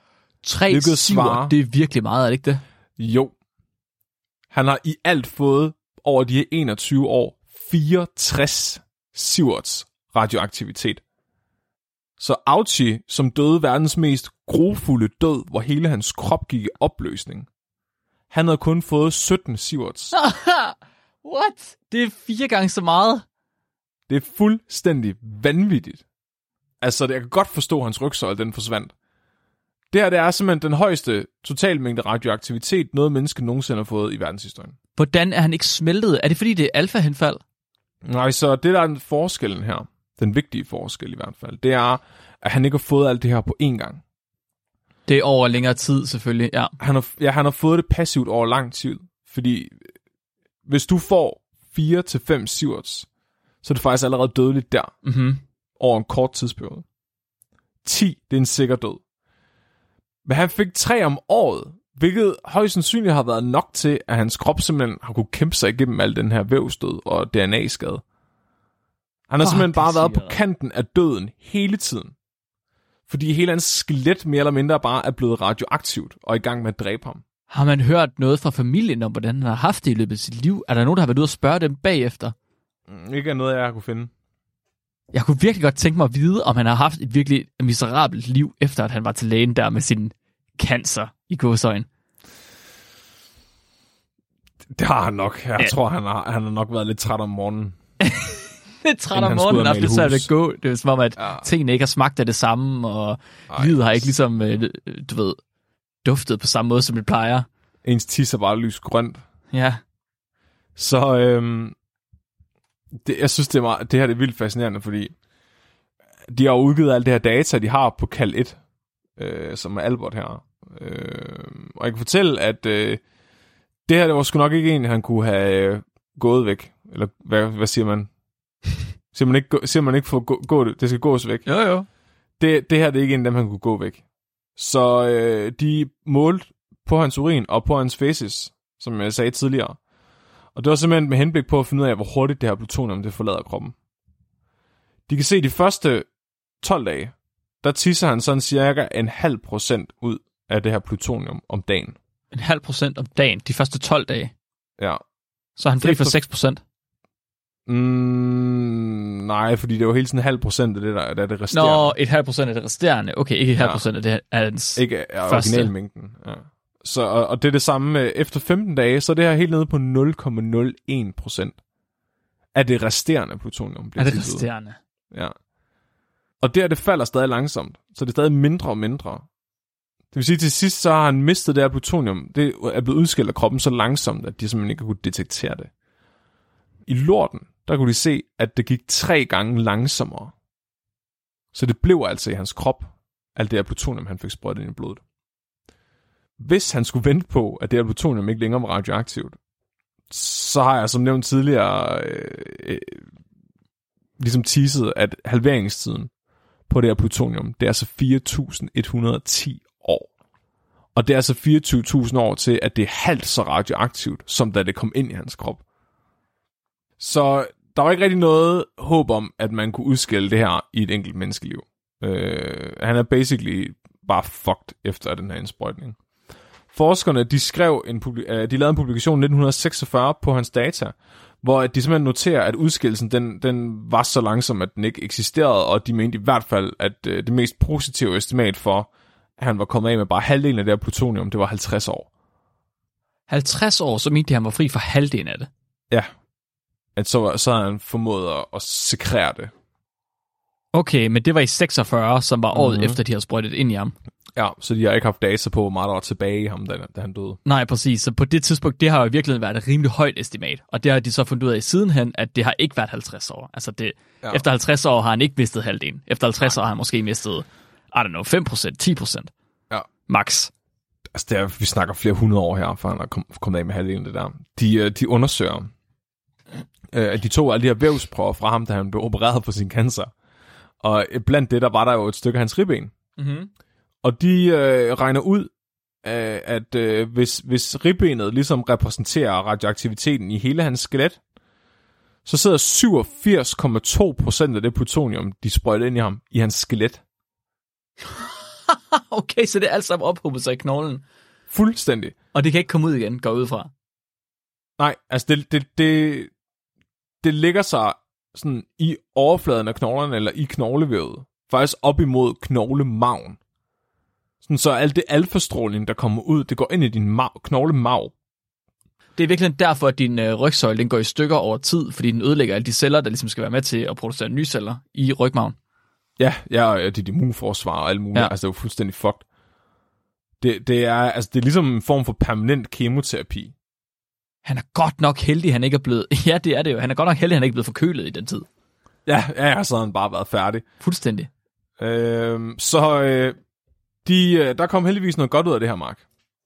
Tre sievert, det er virkelig meget, er det ikke det? Jo. Han har i alt fået over de her enogtyve år fireogtres sieverts radioaktivitet. Så Auchi, som døde verdens mest grofulde død, hvor hele hans krop gik i opløsning, han havde kun fået sytten sieverts. What? Det er fire gange så meget. Det er fuldstændig vanvittigt. Altså, jeg kan godt forstå, at hans rygsøjle, den forsvandt. Det her, det er simpelthen den højeste totalmængde radioaktivitet, noget menneske nogensinde har fået i verdenshistorien. Hvordan er han ikke smeltet? Er det fordi, det er alfa-henfald? Nej, så det der er den forskellen her, den vigtige forskel i hvert fald, det er, at han ikke har fået alt det her på én gang. Det er over længere tid, selvfølgelig, ja. Han har, ja, han har fået det passivt over lang tid, fordi hvis du får fire til fem sieverts, så er det faktisk allerede dødeligt der, Mm-hmm. over en kort tidsperiode. ti, det er en sikker død. Men han fik tre om året, hvilket højst sandsynligt har været nok til, at hans krop simpelthen har kunne kæmpe sig igennem al den her vævstød og D N A-skade. Han har oh, simpelthen bare været på kanten af døden hele tiden. Fordi hele hans skelet mere eller mindre bare er blevet radioaktivt og i gang med at dræbe ham. Har man hørt noget fra familien om, hvordan han har haft det i løbet af sit liv? Er der nogen, der har været ude og spørge dem bagefter? Ikke er noget, jeg har kunne finde. Jeg kunne virkelig godt tænke mig at vide, om han har haft et virkelig miserabelt liv, efter at han var til lægen der med sin cancer i gåseøjne. Det har han nok. Jeg ja. tror, han har, han har nok været lidt træt om morgenen. Lidt træt om morgenen, og det svært at gå. Det er som om, at ja. tingene ikke har smagt af det samme, og Ej, livet har ikke ligesom, du ved, duftet på samme måde, som det plejer. Ens tis er bare lys grønt. Ja. Så øhm, det, jeg synes, det, er meget, det her det er vildt fascinerende, fordi de har udgivet alt det her data, de har på Cal et, øh, som er Albert her. Øh, og jeg kan fortælle, at øh, det her, det var sgu nok ikke en, han kunne have øh, gået væk. Eller hvad, hvad siger man? Siger man ikke, siger man ikke for gå, gå det? Det skal gås væk. Jo, jo. Det, det her, det er ikke en af dem, han kunne gå væk. Så øh, de målte på hans urin og på hans faces, som jeg sagde tidligere. Og det var simpelthen med henblik på at finde ud af, hvor hurtigt det her plutonium, det forlader kroppen. De kan se, at de første tolv dage, der tisser han sådan cirka en halv procent ud af det her plutonium om dagen. En halv procent om dagen, de første tolv dage? Ja. Så er han fri for seks procent? Mm, nej, fordi det var hele sådan en halv procent af det, der, der er det resterende. Nå, et halv procent af det resterende. Okay, ikke et halv procent af det er dens ikke er originalmængden. Ja. Så, og, og det er det samme efter femten dage, så er det her helt nede på nul komma nul en procent af det resterende plutonium. Er det resterende? Ja. Og der det falder stadig langsomt, så det er stadig mindre og mindre. Det vil sige, til sidst så har han mistet det her plutonium. Det er blevet udskilt af kroppen så langsomt, at de simpelthen ikke kunne detektere det. I lorten, der kunne de se, at det gik tre gange langsommere. Så det blev altså i hans krop, alt det her plutonium, han fik sprøjtet ind i blodet. Hvis han skulle vente på, at det her plutonium ikke længere var radioaktivt, så har jeg som nævnt tidligere øh, øh, ligesom teaset, at halveringstiden på det her plutonium, det er altså fire tusind et hundrede og ti år. Og det er altså fireogtyve tusind år til, at det er halvt så radioaktivt, som da det kom ind i hans krop. Så der var ikke rigtig noget håb om, at man kunne udskille det her i et enkelt menneskeliv. Øh, han er basically bare fucked efter den her indsprøjtning. Forskerne, de skrev en publi- de lavede en publikation i nitten seksogfyrre på hans data, hvor de simpelthen noterer, at udskillelsen den, den var så langsom, at den ikke eksisterede, og de mente i hvert fald, at øh, det mest positive estimat for, at han var kommet af med bare halvdelen af det her plutonium, det var halvtreds år. halvtreds år, så mente de, han var fri for halvdelen af det? Ja. At så, så havde han formået at, at sekrere det. Okay, men det var i seksogfyrre, som var året mm-hmm. efter, de havde sprøjtet ind i ham. Ja, så de har ikke haft data på, hvor meget der var tilbage i ham, da, da han døde. Nej, præcis. Så på det tidspunkt, det har jo virkelig været et rimelig højt estimat. Og det har de så fundet ud af sidenhen, at det har ikke været halvtreds år. Altså det, ja. Efter halvtreds år har han ikke mistet halvdelen. Efter halvtreds år har han måske mistet, I don't know, fem procent, ti procent. Ja. Max. Altså det er, vi snakker flere hundrede år her, for han er kom, kommet af med halvdelen af det der. De, de undersøger, at de tog alle de her vævsprøver fra ham, da han blev opereret for sin cancer. Og blandt det, der var der jo et stykke af hans ribben. Mhm. Og de øh, regner ud, øh, at øh, hvis, hvis ribbenet ligesom repræsenterer radioaktiviteten i hele hans skelet, så sidder syvogfirs komma to procent af det plutonium, de sprøjter ind i ham, i hans skelet. Okay, så det er alt sammen ophobet sig i knoglen. Fuldstændig. Og det kan ikke komme ud igen, går ud fra. Nej, altså det, det, det, det ligger sig sådan i overfladen af knoglerne, eller i knoglevævet, faktisk op imod knoglemarven. Sådan, så alt det alfastråling, der kommer ud, det går ind i din mav, knoglemarv. Det er virkelig derfor, at din øh, rygsøjle den går i stykker over tid, fordi den ødelægger alle de celler, der ligesom skal være med til at producere nye celler i rygmarven. Ja, ja, og dit immunforsvar og alt muligt. Ja. Altså, det er jo fuldstændig fucked. Det, det, er, altså, det er ligesom en form for permanent kemoterapi. Han er godt nok heldig, han ikke er blevet... Ja, det er det jo. Han er godt nok heldig, han ikke er blevet forkølet i den tid. Ja, ja, så har han bare været færdig. Fuldstændig. Øh, så øh, de, der kom heldigvis noget godt ud af det her, Mark.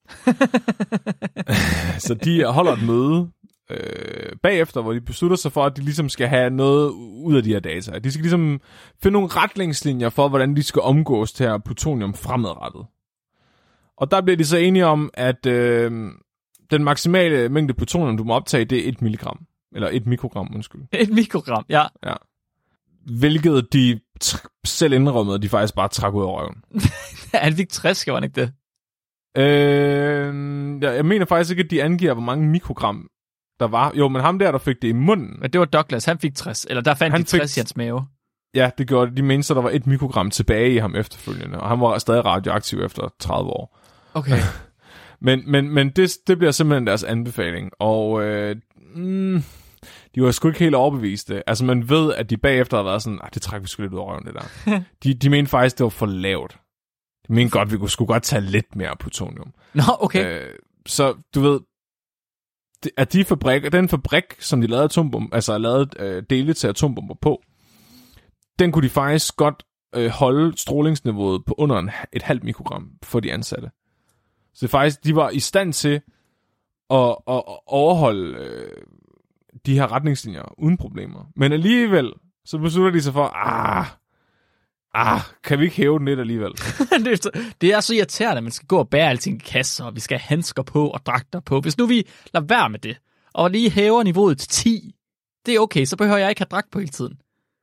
Så de holder et møde øh, bagefter, hvor de beslutter sig for, at de ligesom skal have noget ud af de her data. De skal ligesom finde nogle retningslinjer for, hvordan de skal omgås til her plutonium fremadrettet. Og der bliver de så enige om, at øh, den maksimale mængde plutonium, du må optage, det er et milligram. Eller et mikrogram, undskyld. Et mikrogram, ja. Ja. Hvilket de tr- selv indrømmede, de faktisk bare trak ud af røven. Han fik tres, skal han ikke det? Øh, jeg, jeg mener faktisk ikke, at de angiver, hvor mange mikrogram der var. Jo, men ham der, der fik det i munden. Men det var Douglas, han fik tres. Eller der fandt han de tres fik... i hans mave. Ja, det gjorde det. De mente så, der var et mikrogram tilbage i ham efterfølgende, og han var stadig radioaktiv efter tredive år. Okay. men men, men det, det bliver simpelthen deres anbefaling, og øh, mm, de var sgu ikke helt overbeviste. Altså, man ved, at de bagefter har været sådan, ah, det trækker vi sgu lidt ud af røven, det der. de, de mente faktisk, det var for lavt. De mente godt, vi kunne sgu godt tage lidt mere plutonium. Nå, okay. Øh, så, du ved, det, at de fabrik, den fabrik, som de lavede atombomber, altså lavede øh, dele til atombomber på, den kunne de faktisk godt øh, holde strålingsniveauet på under en, et halvt mikrogram for de ansatte. Så faktisk, de var i stand til at, at overholde øh, de her retningslinjer uden problemer. Men alligevel, så beslutter de sig for, ah, ah, kan vi ikke hæve den lidt alligevel? Det er så irriterende, at man skal gå og bære alting i kasser, og vi skal have handsker på og dragter på. Hvis nu vi lader være med det, og lige hæver niveauet til ti, det er okay, så behøver jeg ikke have dragt på hele tiden.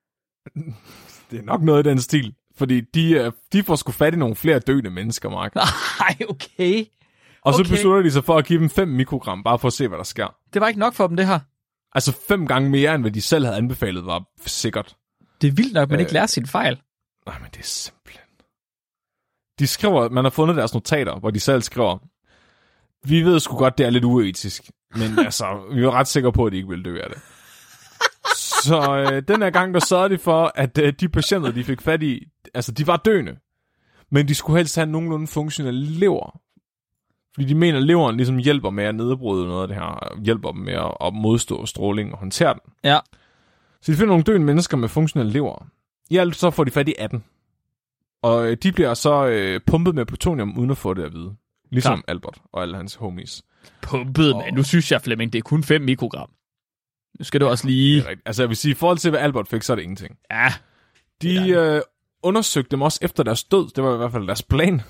Det er nok noget i den stil, fordi de, de får sgu fat i nogle flere døende mennesker, Mark. Nej, okay. Og så okay. beslutter de sig for at give dem fem mikrogram, bare for at se, hvad der sker. Det var ikke nok for dem, det her. Altså fem gange mere, end hvad de selv havde anbefalet, var sikkert. Det er vildt nok, at man øh, ikke lærer sin fejl. Nej, men det er simpelthen... De skriver, man har fundet deres notater, hvor de selv skriver, vi ved sgu godt, det er lidt uetisk, men altså, vi var ret sikre på, at de ikke ville dø af det. Så øh, den her gang, der sørgede de for, at øh, de patienter, de fik fat i, altså de var døende, men de skulle helst have nogenlunde funktionel lever. Fordi de mener, at leveren ligesom hjælper med at nedbryde noget af det her, hjælper dem med at modstå stråling og håndtere den. Ja. Så de finder nogle døende mennesker med funktionel lever. I alt så får de fat i atten. Og øh, de bliver så øh, pumpet med plutonium, uden at få det at vide. Ligesom ja. Albert og alle hans homies. Pumpet, og... men nu synes jeg, Flemming, det er kun fem mikrogram. Nu skal du også lige... Altså jeg vil sige, i forhold til hvad Albert fik, så er det ingenting. Ja. De øh, undersøgte dem også efter deres død. Det var i hvert fald deres plan.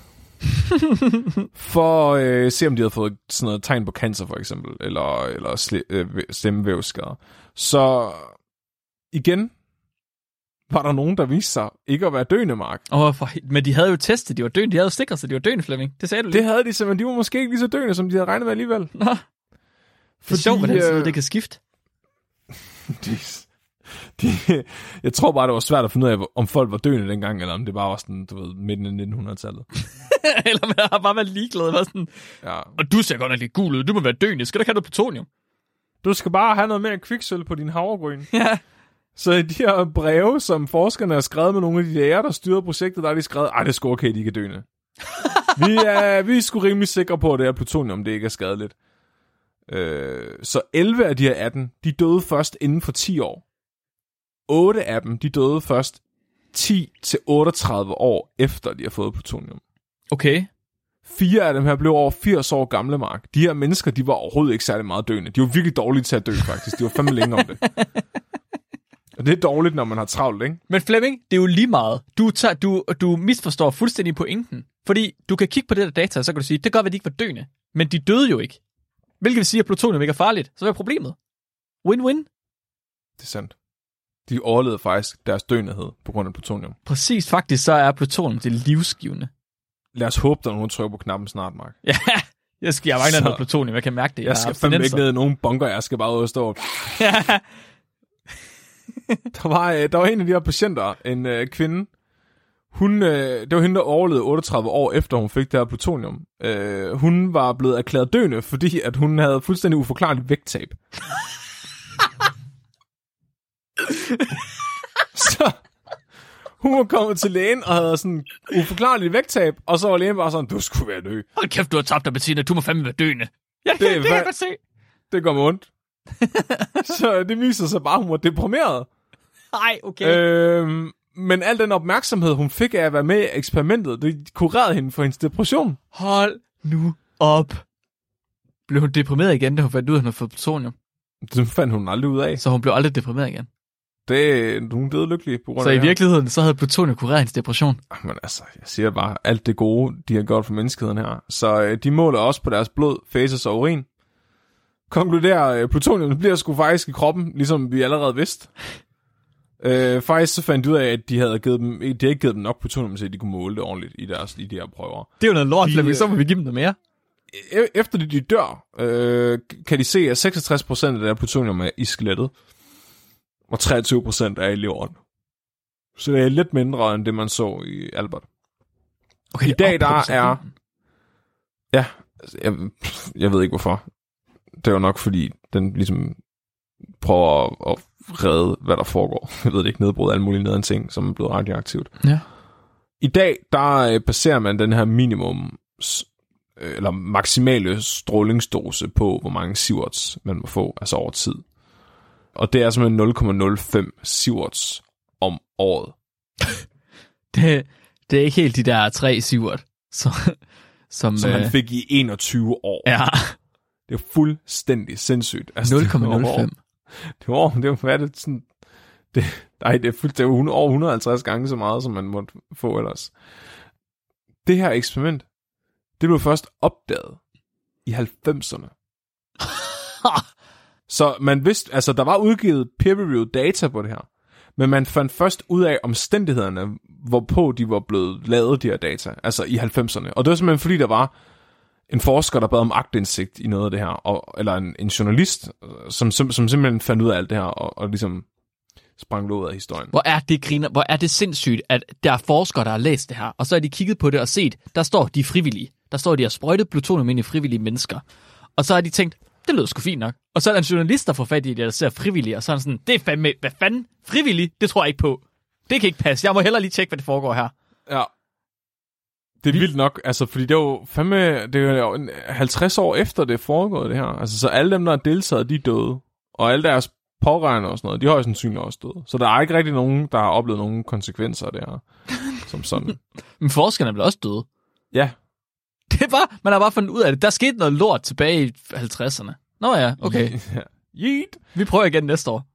For at øh, se, om de havde fået sådan noget tegn på cancer, for eksempel. Eller, eller sle, øh, stemmevævsskader. Så igen var der nogen, der viste sig ikke at være døende, Mark. Oh, for... Men de havde jo testet, de var døende. De havde jo sikret sig, de var døende, Flemming. Det sagde du lige. Det havde de simpelthen. De var måske ikke lige så døende, som de havde regnet med alligevel. Nå. Det er sjovt, hvordan øh... det kan skifte. de, de, jeg tror bare, det var svært at finde ud af, om folk var døende dengang, eller om det bare var sådan, du ved, midten af nitten hundrede-tallet. Eller man har bare været ligeglad. Var sådan, ja. Og du ser godt nok lidt gul ud. Du må være døende. Skal du ikke have noget plutonium? Du skal bare have noget mere kviksølv på din havregryn. Ja. Så i de her breve, som forskerne har skrevet med nogle af de læger, der styrer projektet, der er de skrevet, ej, det er sgu okay, de ikke er døende. vi, er, vi er sgu rimelig sikre på, at det her plutonium, det ikke er skadeligt. Øh, så elleve af de her atten, de døde først inden for ti år. otte af dem, de døde først ti til otteogtredive år efter, de har fået plutonium. Okay. Fire af dem her blev over firs år gamle, Mark. De her mennesker, de var overhovedet ikke særlig meget døende. De var virkelig dårlige til at dø, faktisk. De var fandme længe om det. Og det er dårligt, når man har travlt, ikke? Men Flemming, det er jo lige meget. Du, tager, du, du misforstår fuldstændig pointen. Fordi du kan kigge på det der data, og så kan du sige, det gør, at de ikke var døende. Men de døde jo ikke. Hvilket vil sige, at plutonium ikke er farligt. Så hvad er problemet? Win-win. Det er sandt. De overlevede faktisk deres døenhed på grund af plutonium. Præcis, faktisk så er plutonium det livsgivende. Lad os håbe, der er nogen, der trykker på knappen snart, Mark. Ja, jeg skal jeg mangler noget plutonium, jeg kan mærke det. Jeg, jeg skal fandme ikke ned i nogen bunker, jeg skal bare ud og stå. Ja. der, var, der var en af de her patienter, en øh, kvinde. Hun, øh, det var hende, der overlevede otteogtredive år efter, hun fik det her plutonium. Øh, hun var blevet erklæret døende, fordi at hun havde fuldstændig uforklarligt vægttab. Så hun var kommet til lægen og havde sådan uforklarligt vægttab, og så var lægen bare sådan, du skulle være dø. Hold kæft, du har tabt dig, Bettina, du må fandme være døende. Ja, det, det, det kan jeg godt se. Det går mig ondt. Så det viser sig bare, at hun var deprimeret. Nej, okay. Øhm, men al den opmærksomhed, hun fik af at være med i eksperimentet, det kurerede hende for hendes depression. Hold nu op. Blev hun deprimeret igen, da hun fandt ud af, at hun havde fået plutonium? Det fandt hun aldrig ud af. Så hun blev aldrig deprimeret igen? Det, hun døde lykkelig på grund så af Så i virkeligheden, så havde plutonium kureret hendes depression? Men altså, jeg siger bare, alt det gode, de har gjort for menneskeheden her. Så øh, de måler også på deres blod, faces og urin. Konkluderer, øh, plutonium bliver sgu faktisk i kroppen, ligesom vi allerede vidste. Øh, faktisk så fandt de ud af, at de havde givet dem, de havde ikke givet dem nok plutonium, så de kunne måle det ordentligt i, deres, i de her prøver. Det er jo noget lort, de, så må vi give dem noget mere. Efter de, de dør, øh, kan de se, at seksogtres procent af det plutonium er i skelettet, og treogtyve procent er i leveren. Så det er lidt mindre, end det, man så i Albert. Okay, I dag, op der på er... sardinen. Ja, jeg, jeg ved ikke, hvorfor. Det er jo nok, fordi den ligesom prøver at, at redde, hvad der foregår. Jeg ved det ikke, nedbrud alle mulige nederen ting, som er blevet radioaktivt. Ja. I dag, der baserer man den her minimum, eller maksimale strålingsdose på, hvor mange sieverts man må få, altså over tid. Og det er simpelthen nul komma nul fem sieverts om året. Det, det er ikke helt de der tre sievert, som, som, Som han øh, fik i enogtyve år. ja, Det er fuldstændig sindssygt. Altså, nul komma nul fem. Det var, det var, hvad er det sådan... Det, nej, det er, fuldt, det er jo over et hundrede og halvtreds gange så meget, som man måtte få ellers. Det her eksperiment, det blev først opdaget i halvfemserne. Så man vidste, altså der var udgivet peer-reviewed data på det her, men man fandt først ud af omstændighederne, hvorpå de var blevet lavet, de her data, altså i halvfemserne. Og det var simpelthen fordi, der var en forsker, der bad om aktindsigt i noget af det her, og, eller en, en journalist, som, som, som simpelthen fandt ud af alt det her, og, og ligesom sprang låget af historien. Hvor er det griner, hvor er det sindssygt, at der er forskere, der har læst det her, og så har de kigget på det og set, der står de er frivillige. Der står, de har sprøjtet plutonium ind i frivillige mennesker. Og så har de tænkt, det lyder sgu fint nok. Og så er der en journalist, der får fat i det, der ser frivillige, og så er sådan, det er fandme, hvad fanden? Frivillige? Det tror jeg ikke på. Det kan ikke passe. Jeg må hellere lige tjekke, hvad det foregår her. Ja. Det er vildt nok, altså, fordi det er jo fandme, det er jo halvtreds år efter det er foregået, det her. Altså, så alle dem, der er deltaget, de er døde. Og alle deres påregner og sådan noget, de har jo sandsynligt også døde. Så der er ikke rigtig nogen, der har oplevet nogen konsekvenser af det her, som sådan. Men forskerne er vel også døde? Ja. Det er bare, man har bare fundet ud af det. Der skete noget lort tilbage i halvtredserne. Nå ja, okay. Yeet. Vi prøver igen næste år.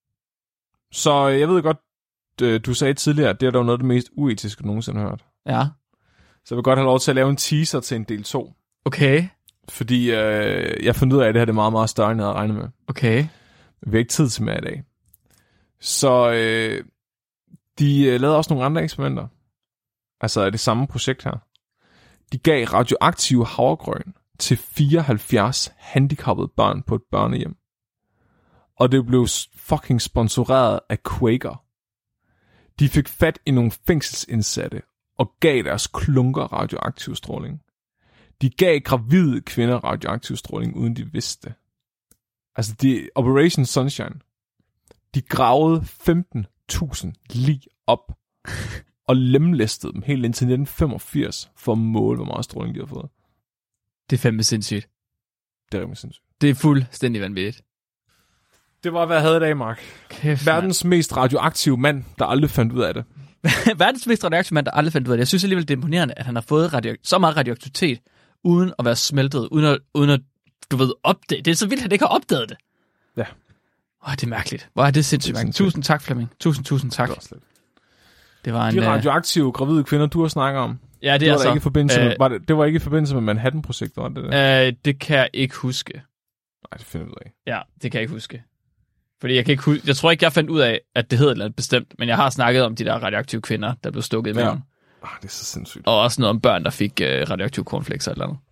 Så jeg ved godt, du sagde tidligere, at det er da noget af det mest uetiske, du nogensinde har hørt. Ja. Så jeg vil godt have lov til at lave en teaser til en del to. Okay. Fordi øh, jeg fandt ud af, at det her det er meget, meget større, end jeg havde regnet med. Okay. Vi har ikke tid til mere i dag. Så øh, de øh, lavede også nogle andre eksperimenter. Altså af det samme projekt her. De gav radioaktive havregrøn til fireoghalvfjerds handicappede børn på et børnehjem. Og det blev fucking sponsoreret af Quaker. De fik fat i nogle fængselsindsatte og gav deres klunker radioaktiv stråling. De gav gravide kvinder radioaktiv stråling, uden de vidste det. Altså, de, Operation Sunshine, de gravede femten tusind lig op og lemlæstede dem helt indtil nitten femogfirs for at måle, hvor meget stråling de har fået. Det er fandme sindssygt. Det er rimelig sindssygt. Det er fuldstændig vanvittigt. Det var, hvad jeg havde i dag, Mark. Kæft, Verdens man. mest radioaktive mand, der aldrig fandt ud af det. Verdens mest radioaktive mand, der aldrig fandt ud af det. Jeg synes alligevel, det er imponerende, at han har fået radio- så meget radioaktivitet, uden at være smeltet, uden at, uden at du ved, opdage. Det er så vildt, at han ikke har opdaget det. Ja. Åh, det er mærkeligt. Hvor er det sindssygt mærkeligt. Tusind tak, Flemming. Tusind, tusind tak. Det var, det var en... De radioaktive gravide kvinder, du har snakket om. Ja, det, det er var altså... Ikke i forbindelse med, øh, var det, det var ikke i forbindelse med Manhattan-projektet, var det det? Øh, det kan jeg ikke huske. Nej, det finder jeg ud af. Ja, det kan jeg ikke huske. Fordi jeg kan ikke huske... Jeg tror ikke, jeg fandt ud af, at det hedder et eller andet bestemt, men jeg har snakket om de der radioaktive kvinder, der blev stukket i maven. Ja. Ah, det er så sindssygt. Og også noget om børn, der fik øh, radioaktive cornflakes eller andet.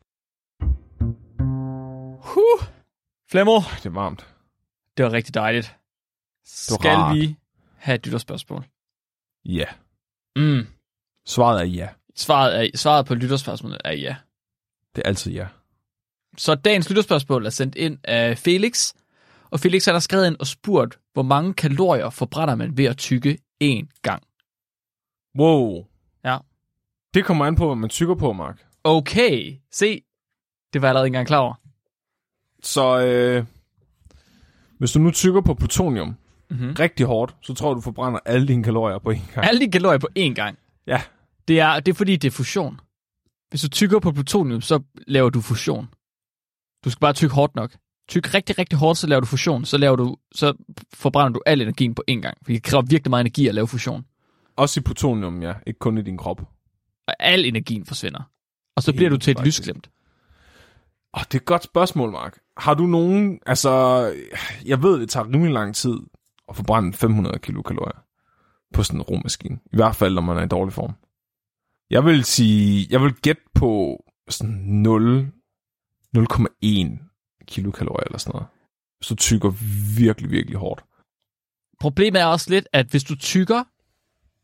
Huh. Flemmo. Det er varmt. Det var rigtig dejligt. Skal rart. vi have et lytterspørgsmål? Ja. Mm. Svaret er ja. Svaret, er, svaret på lytterspørgsmålet er ja. Det er altid ja. Så dagens lytterspørgsmål er sendt ind af Felix. Og Felix har skrevet ind og spurgt, hvor mange kalorier forbrænder man ved at tygge én gang? Wow. Ja. Det kommer an på, hvad man tykker på, Mark. Okay. Se. Det var jeg allerede ikke engang klar over. Så øh, hvis du nu tykker på plutonium mm-hmm. rigtig hårdt, så tror du, du forbrænder alle dine kalorier på én gang. Alle dine kalorier på én gang? Ja. Det er, det er fordi, det er fusion. Hvis du tykker på plutonium, så laver du fusion. Du skal bare tykke hårdt nok. Tyk rigtig, rigtig hårdt, så laver du fusion. Så, laver du, så forbrænder du al energien på én gang. For det kræver virkelig meget energi at lave fusion. Også i plutonium, ja. Ikke kun i din krop. Og al energien forsvinder. Og så det bliver du til et faktisk. lysglimt. Oh, det er et godt spørgsmål, Mark. Har du nogen... Altså, jeg ved, det tager rimelig lang tid at forbrænde fem hundrede kilokalorier på sådan en rummaskine. I hvert fald, når man er i dårlig form. Jeg vil sige... Jeg vil gætte på sådan nul komma en kilokalorier eller sådan noget. Så tykker virkelig, virkelig hårdt. Problemet er også lidt, at hvis du tykker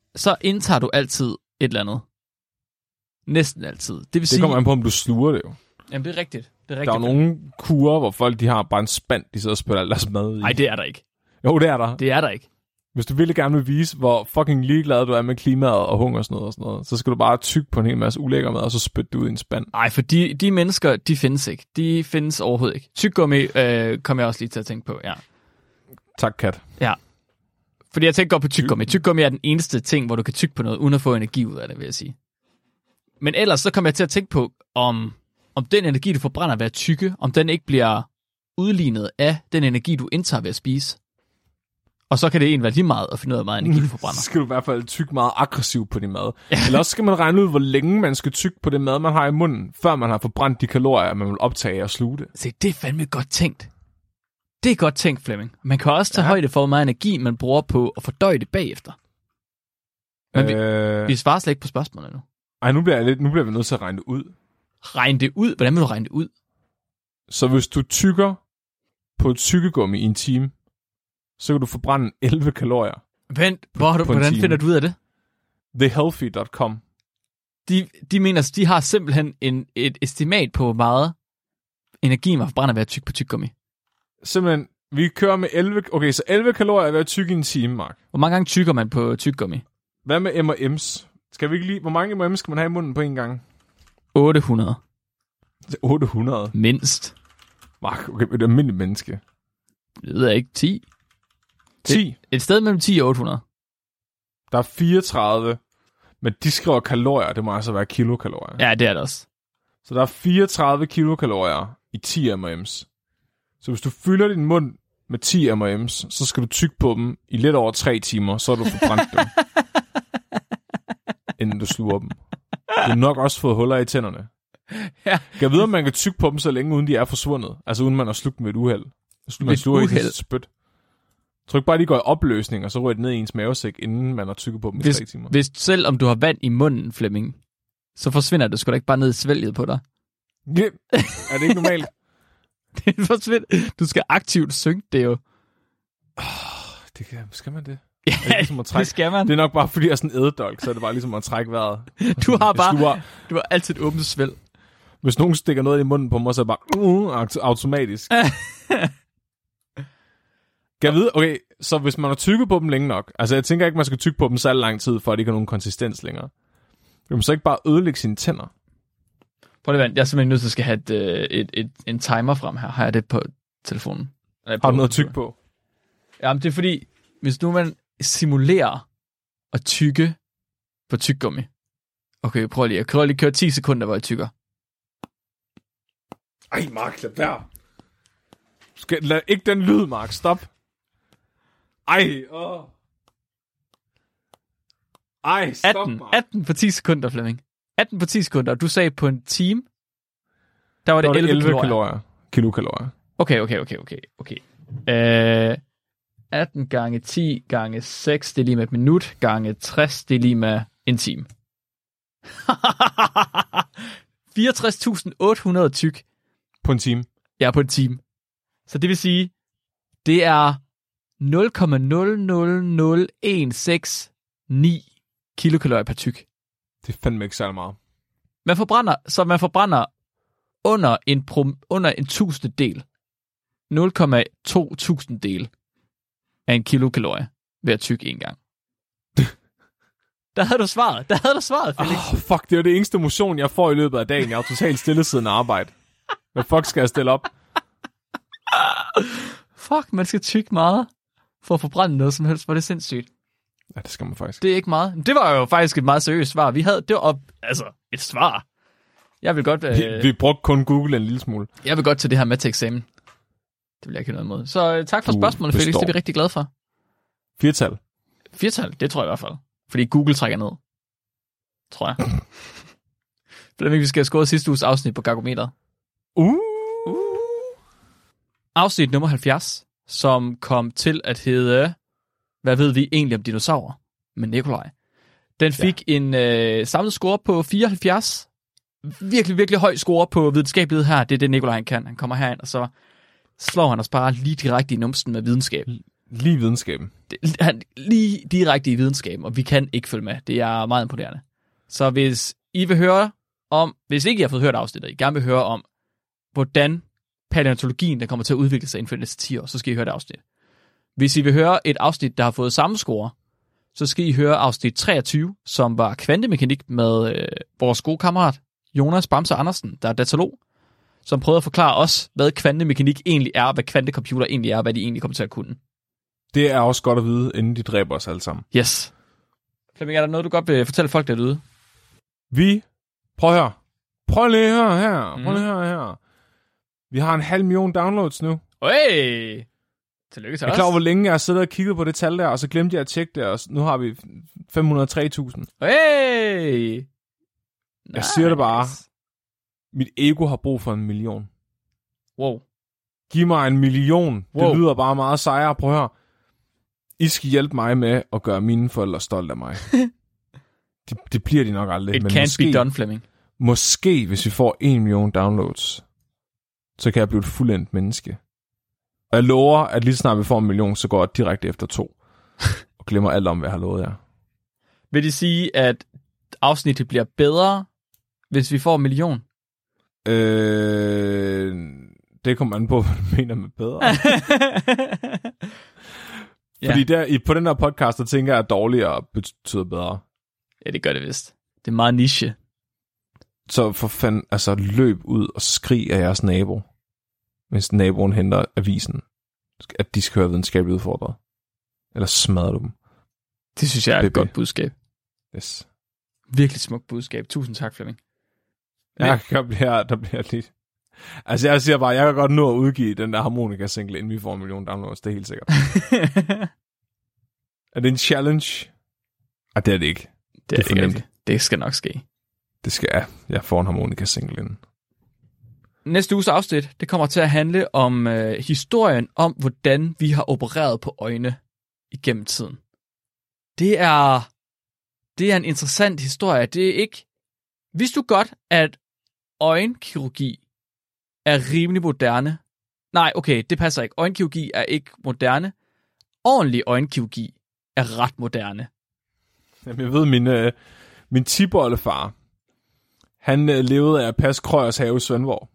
så indtager du altid et eller andet. Næsten altid. Det vil Det sige... kommer an på, om du sluger det jo. Jamen, det er rigtigt. Det er rigtigt. Der er jo nogle kurer, hvor folk de har bare en spand, de sidder og spiller alt deres mad i. Nej, det er der ikke. Jo, det er der. Det er der ikke. Hvis du virkelig gerne vil vise, hvor fucking ligeglad du er med klimaet og hungersnød og sådan noget, så skal du bare tygge på en hel masse ulækker mad, og så spytte det ud i en spand. Nej, for de, de mennesker, de findes ikke. De findes overhovedet ikke. Tyggegummi øh, kommer jeg også lige til at tænke på, ja. Tak, Kat. Ja. Fordi jeg tænker godt på tyggegummi. Tyggegummi er den eneste ting, hvor du kan tygge på noget, uden at få energi ud af det, vil jeg sige. Men ellers så kommer jeg til at tænke på, om, om den energi, du forbrænder ved at tygge, om den ikke bliver udlignet af den energi, du indtager ved at spise. Og så kan det egentlig være lige meget at finde ud af, hvor meget energi du forbrænder. Så skal du i hvert fald tygge meget aggressivt på din mad. Eller også skal man regne ud, hvor længe man skal tygge på det mad, man har i munden, før man har forbrændt de kalorier, man vil optage og sluge det. Se, det er fandme godt tænkt. Det er godt tænkt, Flemming. Man kan også tage ja. højde for, hvor meget energi man bruger på at fordøje det bagefter. Men øh... vi, vi svarer slet ikke på spørgsmålet nu. Ej, nu bliver, jeg lidt, nu bliver vi nødt til at regne det ud. Regne det ud? Hvordan vil du regne det ud? Så hvis du tygger på et tyggegummi i en time, så kan du forbrænde elleve kalorier. Vent, hvor du, hvordan finder du ud af det? the healthy dot com. De, de mener, de har simpelthen en, et estimat på, hvor meget energi man forbrænder ved at tygge på tyggegummi. Simpelthen, vi kører med elleve... Okay, så elleve kalorier ved at tygge i en time, Mark. Hvor mange gange tygger man på tyggegummi? Hvad med M og M's? Skal vi ikke lige... Hvor mange M og M's skal man have i munden på en gang? otte hundrede. otte hundrede? Mindst. Mark, okay, det er almindeligt menneske. Det ved jeg ikke. ti? ti? Et, et sted mellem ti og otte hundrede. Der er fireogtredive, men de skriver kalorier. Det må altså være kilokalorier. Ja, det er det også. Så der er fireogtredive kilokalorier i ti M og M's. Så hvis du fylder din mund med ti M og M's, så skal du tygge på dem i lidt over tre timer, så er du forbrændt dem, inden du sluger dem. Du har nok også fået huller i tænderne. Ja. Jeg ved, om man kan tygge på dem så længe, uden de er forsvundet. Altså uden man har slugt dem ved et uheld. Man sluger ikke et spyt. Tryk bare, de går i opløsning, og så ryger det ned i ens mavesæk, inden man har tygget på dem hvis, i tre timer. Hvis selv om du har vand i munden, Flemming, så forsvinder det sgu da ikke bare ned i svælget på dig. Ja. Er det ikke normalt? Det forsvinder. Du skal aktivt synke det jo. Oh, det kan, skal man det? Ja, det, ligesom at trække, det skal man. Det er nok bare, fordi jeg er sådan en æddedolk, så er det bare ligesom at trække vejret. Du har bare, sluger. Du har altid et åbent svælg. Hvis nogen stikker noget i munden på mig, så er det bare uh, automatisk. Kan jeg vide? Okay, så hvis man har tygget på dem længe nok, altså jeg tænker ikke, man skal tygge på dem så lang tid, for at de ikke har nogen konsistens længere. Vil man så ikke bare ødelægge sine tænder? Prøv lige vent, jeg er simpelthen nødt til at skal have et, et, et, en timer frem her. Har jeg det på telefonen? Har du noget at tygge på? Jamen det er fordi, hvis nu man simulerer at tygge på tyggegummi. Okay, prøv lige. Jeg kan lige køre ti sekunder, hvor jeg tygger. Ej, Mark, lad være. Skal, lad ikke den lyd, Mark. Stop. Ej, åh. Ej, stop, atten, Mark. atten på ti sekunder, Flemming. atten på ti sekunder, og du sagde på en time, der var det, der var det elleve, elleve kalorier. kalorier. Kilokalorier. Okay, okay, okay, okay, okay. Øh, atten gange ti gange seks, det er lige med et minut, gange tres, det er lige med en time. fireogtres tusind otte hundrede tyk. På en time? Ja, på en time. Så det vil sige, det er nul komma nul nul nul en seks ni kilokalorier per tyk. Det er fandme ikke særlig meget. Man forbrænder, så man forbrænder under en, prom, under en tusindedel. nul komma to tusindedel af en kilokalorie ved at tygge en gang. Der havde du svaret. Der havde du svaret, Felix. Oh, fuck, det er det eneste motion, jeg får i løbet af dagen. Jeg er totalt stillesiddende arbejde. Hvad fuck skal jeg stille op? Fuck, man skal tygge meget for at forbrænde noget som helst. Hvor det sindssygt. Ja, det skal man faktisk. Det er ikke meget. Det var jo faktisk et meget seriøst svar. Vi havde, det var op, altså et svar. Jeg vil godt... Øh, vi, vi brugte kun Google en lille smule. Jeg vil godt tage det her med til eksamen. Det vil jeg ikke have noget imod. Så øh, tak for du spørgsmålet, består. Felix. Det er vi rigtig glade for. Firtal. Firtal, det tror jeg i hvert fald. Fordi Google trækker ned. Tror jeg. Flemming, vi skal have skåret sidste uges afsnit på Gargometeret. Uh. uh. Afsnit nummer halvfjerds, som kom til at hedde... Hvad ved vi egentlig om dinosaurer? Med Nikolaj. Den fik ja. en øh, samlet score på fireoghalvfjerds. Virkelig, virkelig høj score på videnskabelighed her. Det er det, Nikolaj han kan. Han kommer herind, og så slår han os bare lige direkte i numsen med videnskab. Lige videnskaben. Det, han, lige direkte i videnskaben, og vi kan ikke følge med. Det er meget imponerende. Så hvis I vil høre om, hvis ikke I har fået hørt afsnittet, og I gerne vil høre om, hvordan paleontologien der kommer til at udvikle sig inden for de næste ti år, så skal I høre det afsnit. Hvis I vil høre et afsnit, der har fået samme score, så skal I høre afsnit treogtyve, som var kvantemekanik med øh, vores gode kammerat, Jonas Bamse Andersen, der er datalog, som prøvede at forklare os, hvad kvantemekanik egentlig er, hvad kvantecomputer egentlig er, og hvad de egentlig kommer til at kunne. Det er også godt at vide, inden de dræber os alle sammen. Yes. Flemming, er der noget, du godt vil fortælle folk derude? Vi, prøv at høre. Prøv lige at høre her. Prøv lige at høre her. Vi har en halv million downloads nu. Hey! Tillykke til jeg er os. klar, hvor længe jeg har siddet og kigget på det tal der, og så glemte jeg at tjekke det, og nu har vi fem hundrede og tre tusind. Hey! Nice. Jeg siger det bare. Mit ego har brug for en million. Wow. Giv mig en million. Wow. Det lyder bare meget sejere. Prøv at høre. I skal hjælpe mig med at gøre mine forældre stolte af mig. det, det bliver de nok aldrig. It men can't måske, be done, Flemming. Måske, hvis vi får en million downloads, så kan jeg blive et fuldendt menneske. Og jeg lover, at lige snart vi får en million, så går jeg direkte efter to. Og glemmer alt om, hvad jeg har lovet jer. Vil det sige, at afsnittet bliver bedre, hvis vi får en million? Øh, det kommer an på, hvad du mener med bedre. Ja. Fordi der, i, på den her podcast, der tænker jeg, at dårligere betyder bedre. Ja, det gør det vist. Det er meget niche. Så for fanden, altså løb ud og skrig af jeres nabo, hvis naboen henter avisen, at de skal høre videnskabeligt udfordret. Eller smadrer du dem. Det synes jeg er et Baby. godt budskab. Yes. Virkelig smukt budskab. Tusind tak, Flemming. Jeg kan blive, der bliver lidt... Altså jeg siger bare, jeg kan godt nå at udgive den der harmonika-single, inden vi får en million downloads. Det er helt sikkert. Er det en challenge? Ah, det er det ikke. Det, det er ikke rigtigt. Det skal nok ske. Det skal jeg. Jeg får en harmonika-single inden. Næste uges afsnit, det kommer til at handle om øh, historien om, hvordan vi har opereret på øjne igennem tiden. Det er, det er en interessant historie. Det er ikke... Vidste du godt, at øjenkirurgi er rimelig moderne? Nej, okay, det passer ikke. Øjenkirurgi er ikke moderne. Ordentlig øjenkirurgi er ret moderne. Jamen, jeg ved, min, øh, min tipoldefar, han øh, levede af at passe Krøyers have i Svendborg.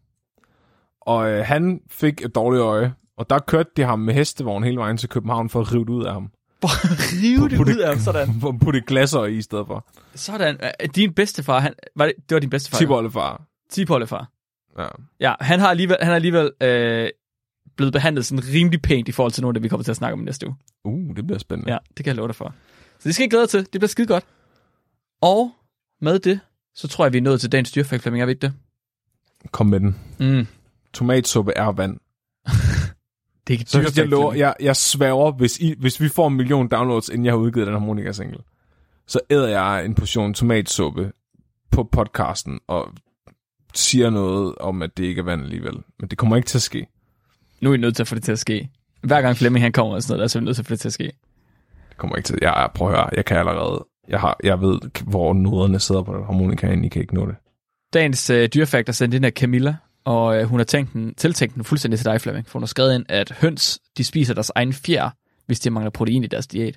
Og øh, han fik et dårligt øje, og der kørte de ham med hestevogn hele vejen til København for at rive det ud af ham. For at rive det ud af ham, sådan? For at putte glasøje i stedet for. Sådan. Din bedstefar, han, var det, det var din bedstefar? Tipoldefar. Tipoldefar. Ja. Ja, han har alligevel, han har alligevel øh, blevet behandlet sådan rimelig pænt i forhold til noget, det vi kommer til at snakke om næste uge. Uh, det bliver spændende. Ja, det kan jeg love dig for. Så det skal jeg glæde til. Det bliver skide godt. Og med det, så tror jeg, vi er nået til dagens dyrefakt, Flemming. Er vi ikke det? Kom med den. Mm. Tomatsuppe er vand. Det er ikke Så dyrefakt, jeg, lover, jeg, jeg sværger, hvis, I, hvis vi får en million downloads, inden jeg har udgivet den harmonika-single, så æder jeg en portion tomatsuppe på podcasten og siger noget om, at det ikke er vand alligevel. Men det kommer ikke til at ske. Nu er I nødt til at få det til at ske. Hver gang Flemming han kommer og sådan noget, så er vi nødt til at få det til at ske. Det kommer ikke til. Jeg, prøv at høre, jeg kan allerede. Jeg, har, jeg ved, hvor noderne sidder på den harmonika, I kan ikke nå det. Dagens øh, dyrefakt er sendt ind af Camilla, og øh, hun har tænkt den, tiltænkt den fuldstændig til dig, Flemming. For hun har skrevet ind, at høns, de spiser deres egen fjer, hvis de mangler protein i deres diæt.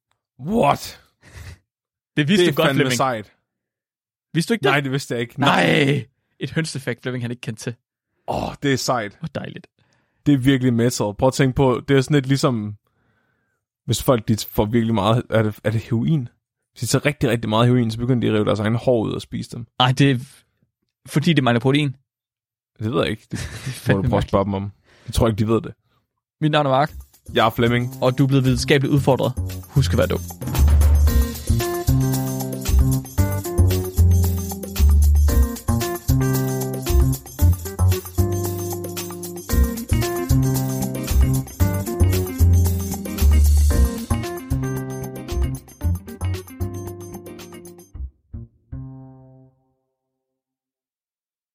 What? Det vidste det du godt, Flemming. Det er fandme sejt. Vidste du ikke det? Nej, det vidste jeg ikke. Nej! Et hønsefakt, Flemming han ikke kendte til. Åh, oh, det er sejt. Hvor dejligt. Det er virkelig metal. Prøv at tænke på, det er sådan lidt ligesom, hvis folk de får virkelig meget, er det, er det heroin? Hvis de tager rigtig, rigtig meget heroin, så begynder de at rive deres egen hår ud og spise dem. Nej, det er fordi det mangler protein. Det ved jeg ikke. Det, det må du prøve at spørge dem om. Jeg tror ikke, de ved det. Mit navn er Mark. Jeg er Flemming. Og du er blevet videnskabeligt udfordret. Husk at være dum.